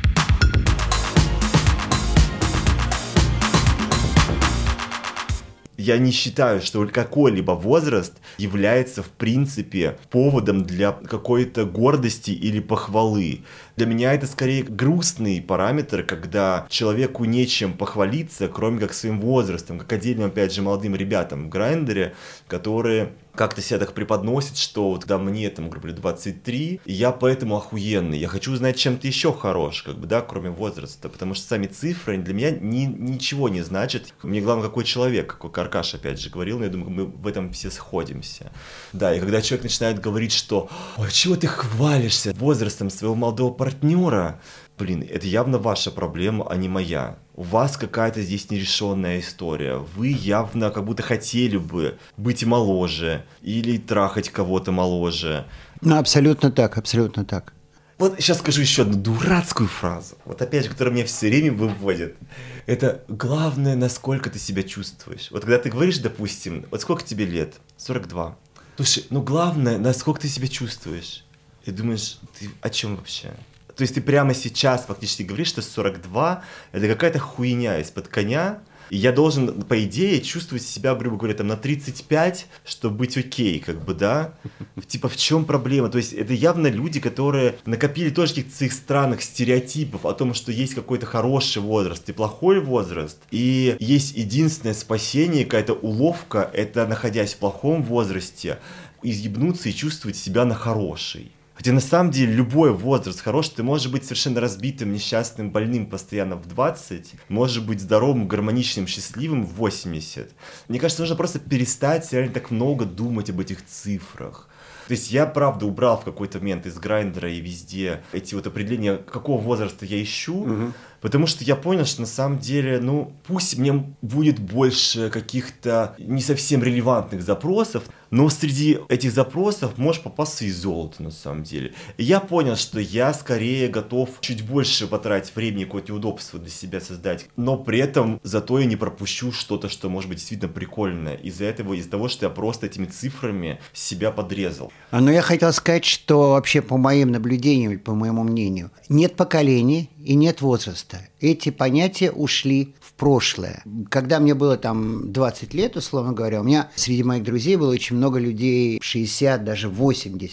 Speaker 2: Я не считаю, что какой-либо возраст является, в принципе, поводом для какой-то гордости или похвалы. Для меня это скорее грустный параметр, когда человеку нечем похвалиться, кроме как своим возрастом, как отдельным, опять же, молодым ребятам в Грайндере, которые как-то себя так преподносят, что вот когда мне, там, грубо говоря, двадцать три, я поэтому охуенный, я хочу узнать, чем ты еще хорош, как бы, да, кроме возраста, потому что сами цифры для меня ни, ничего не значат. Мне главное, какой человек, как Аркаш опять же говорил, но я думаю, мы в этом все сходимся. Да, и когда человек начинает говорить, что «Ой, чего ты хвалишься возрастом своего молодого партнера?» Блин, это явно ваша проблема, а не моя. У вас какая-то здесь нерешенная история. Вы явно как будто хотели бы быть моложе или трахать кого-то моложе.
Speaker 1: Ну, абсолютно так, абсолютно так.
Speaker 2: Вот сейчас скажу еще одну дурацкую фразу, вот опять же, которая меня все время выводит. Это главное, насколько ты себя чувствуешь. Вот когда ты говоришь, допустим, вот сколько тебе лет? сорок два. Слушай, ну главное, насколько ты себя чувствуешь. И думаешь, ты о чем вообще? То есть ты прямо сейчас фактически говоришь, что сорок два – это какая-то хуйня из-под коня, и я должен, по идее, чувствовать себя, грубо говоря, там, на тридцать пять, чтобы быть окей, как бы, да? Типа, в чем проблема? То есть это явно люди, которые накопили тоже каких-то своих странных стереотипов о том, что есть какой-то хороший возраст и плохой возраст, и есть единственное спасение, какая-то уловка – это, находясь в плохом возрасте, изъебнуться и чувствовать себя на хороший. Хотя на самом деле любой возраст хороший, ты можешь быть совершенно разбитым, несчастным, больным постоянно в двадцать, можешь быть здоровым, гармоничным, счастливым в восемьдесят. Мне кажется, нужно просто перестать реально так много думать об этих цифрах. То есть я, правда, убрал в какой-то момент из Грайндера и везде эти вот определения, какого возраста я ищу, угу. Потому что я понял, что на самом деле, ну, пусть мне будет больше каких-то не совсем релевантных запросов, но среди этих запросов может попасться и золото на самом деле. И я понял, что я скорее готов чуть больше потратить времени, какое-то удобство для себя создать, но при этом зато я не пропущу что-то, что может быть действительно прикольное из-за этого, из-за того, что я просто этими цифрами себя подрезал.
Speaker 1: Но я хотел сказать, что вообще по моим наблюдениям, по моему мнению, нет поколений и нет возраста. Эти понятия ушли в прошлое. Когда мне было там двадцать лет, условно говоря, у меня среди моих друзей было очень много людей шестьдесят, даже восемьдесят.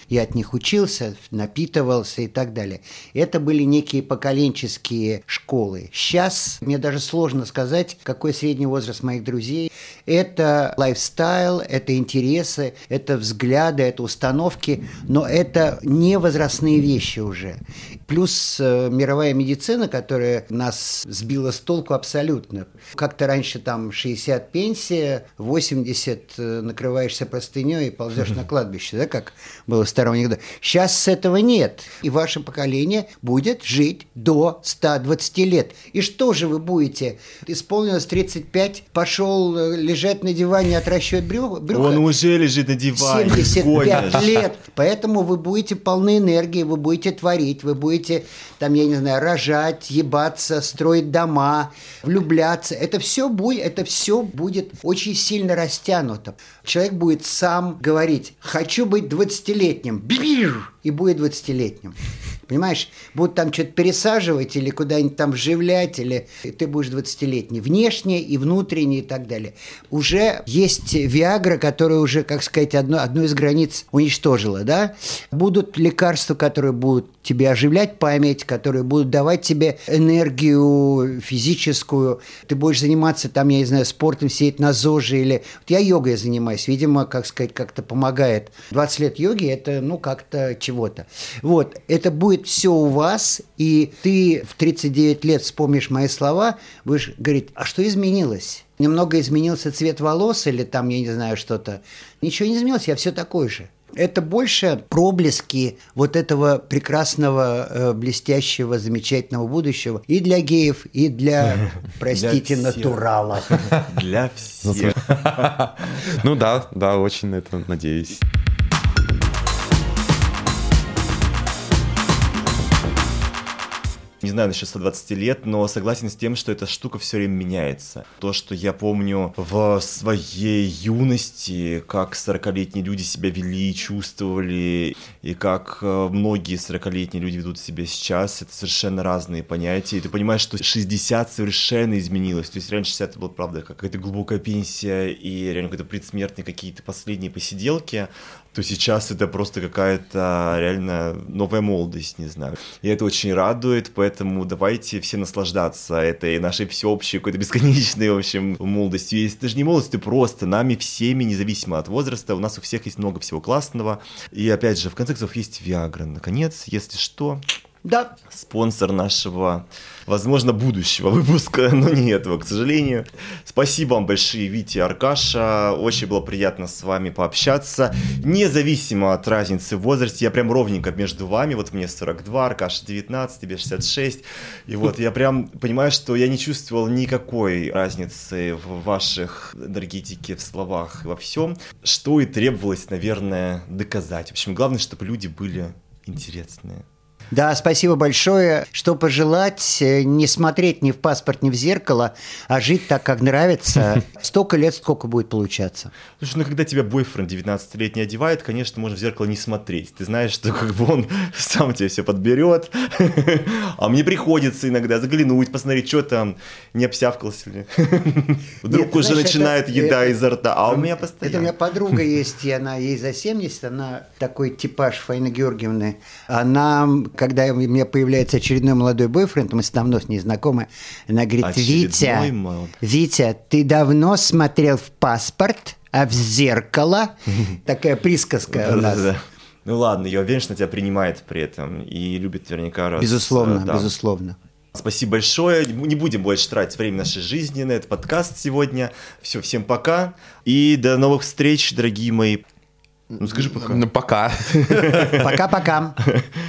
Speaker 1: Я от них учился, напитывался и так далее. Это были некие поколенческие школы. Сейчас мне даже сложно сказать, какой средний возраст моих друзей. Это лайфстайл, это интересы, это взгляды, это установки, но это не возрастные вещи уже. Плюс э, мировая медицина, которая нас сбила с толку абсолютно. Как-то раньше там шестьдесят пенсия, восемьдесят э, накрываешься простыней и ползешь на кладбище, да, как было в старом анекдоте. Сейчас этого нет. И ваше поколение будет жить до ста двадцати лет. И что же вы будете? Исполнилось тридцать пять, пошел э, лежать на диване, отращивать брюхо.
Speaker 2: Он уже лежит на диване.
Speaker 1: семьдесят пять лет. Поэтому вы будете полны энергии, вы будете творить, вы будете там, я не знаю, рожать, ебаться, строить дома, влюбляться. Это все будет, это все будет очень сильно растянуто. Человек будет сам говорить: хочу быть двадцатилетним. Бибир! И будет двадцатилетним. Понимаешь? Будут там что-то пересаживать или куда-нибудь там вживлять, или ты будешь двадцатилетний. Внешне и внутренне и так далее. Уже есть Виагра, которая уже, как сказать, одну, одну из границ уничтожила, да? Будут лекарства, которые будут тебе оживлять память, которые будут давать тебе энергию физическую. Ты будешь заниматься там, я не знаю, спортом, сидеть на ЗОЖе или... Вот я йогой занимаюсь, видимо, как сказать, как-то помогает. двадцать лет йоги – это, ну, как-то чего-то. Вот, это будет все у вас, и ты в тридцать девять лет вспомнишь мои слова, будешь говорить: а что изменилось? Немного изменился цвет волос или там, я не знаю, что-то. Ничего не изменилось, я все такой же. Это больше проблески вот этого прекрасного, блестящего, замечательного будущего и для геев, и для, простите, натуралов.
Speaker 2: Для всех.
Speaker 3: Ну да, да, очень на это надеюсь.
Speaker 2: Не знаю насчет ста двадцати лет, но согласен с тем, что эта штука все время меняется. То, что я помню в своей юности, как сорокалетние люди себя вели, чувствовали, и как многие сорокалетние люди ведут себя сейчас, это совершенно разные понятия. И ты понимаешь, что шестьдесят совершенно изменилось. То есть раньше шестьдесят это была, правда, какая-то глубокая пенсия и реально какие-то предсмертные какие-то последние посиделки, то сейчас это просто какая-то реально новая молодость, не знаю. И это очень радует, поэтому давайте все наслаждаться этой нашей всеобщей, какой-то бесконечной, в общем, молодостью. И это же не молодость, это просто нами всеми, независимо от возраста, у нас у всех есть много всего классного. И опять же, в конце концов, есть Виагра. Наконец, если что...
Speaker 1: Да.
Speaker 2: Спонсор нашего, возможно, будущего выпуска, но не этого, к сожалению. Спасибо вам большое, Витя и Аркаша. Очень было приятно с вами пообщаться. Независимо от разницы в возрасте, я прям ровненько между вами. Вот мне сорок два, Аркаша девятнадцать, тебе шестьдесят шесть. И вот я прям понимаю, что я не чувствовал никакой разницы в ваших энергетике, в словах и во всем, что и требовалось, наверное, доказать. В общем, главное, чтобы люди были интересные.
Speaker 1: Да, спасибо большое. Что пожелать? Не смотреть ни в паспорт, ни в зеркало, а жить так, как нравится. Столько лет, сколько будет получаться.
Speaker 2: Слушай, ну когда тебя бойфренд девятнадцатилетний одевает, конечно, можно в зеркало не смотреть. Ты знаешь, что как бы он сам тебе все подберет. А мне приходится иногда заглянуть, посмотреть, что там, не обсявкался ли. Вдруг
Speaker 1: Нет,
Speaker 2: уже
Speaker 1: знаешь,
Speaker 2: начинает
Speaker 1: это,
Speaker 2: еда
Speaker 1: это,
Speaker 2: изо рта, а у меня постоянно.
Speaker 1: Это у меня подруга есть, и она ей за семьдесят, она такой типаж Фаины Георгиевны. Она, когда у меня появляется очередной молодой бойфренд, мы давно с ней знакомы, она говорит: Витя,
Speaker 2: мол...
Speaker 1: Витя, ты давно смотрел в паспорт, а в зеркало? Такая присказка у нас.
Speaker 2: Ну ладно, я уверен, что она тебя принимает при этом и любит наверняка раз.
Speaker 1: Безусловно, да. безусловно.
Speaker 2: Спасибо большое. Не будем больше тратить время нашей жизни на этот подкаст сегодня. Все, всем пока. И до новых встреч, дорогие мои. Ну скажи пока.
Speaker 3: Ну пока.
Speaker 1: Пока-пока.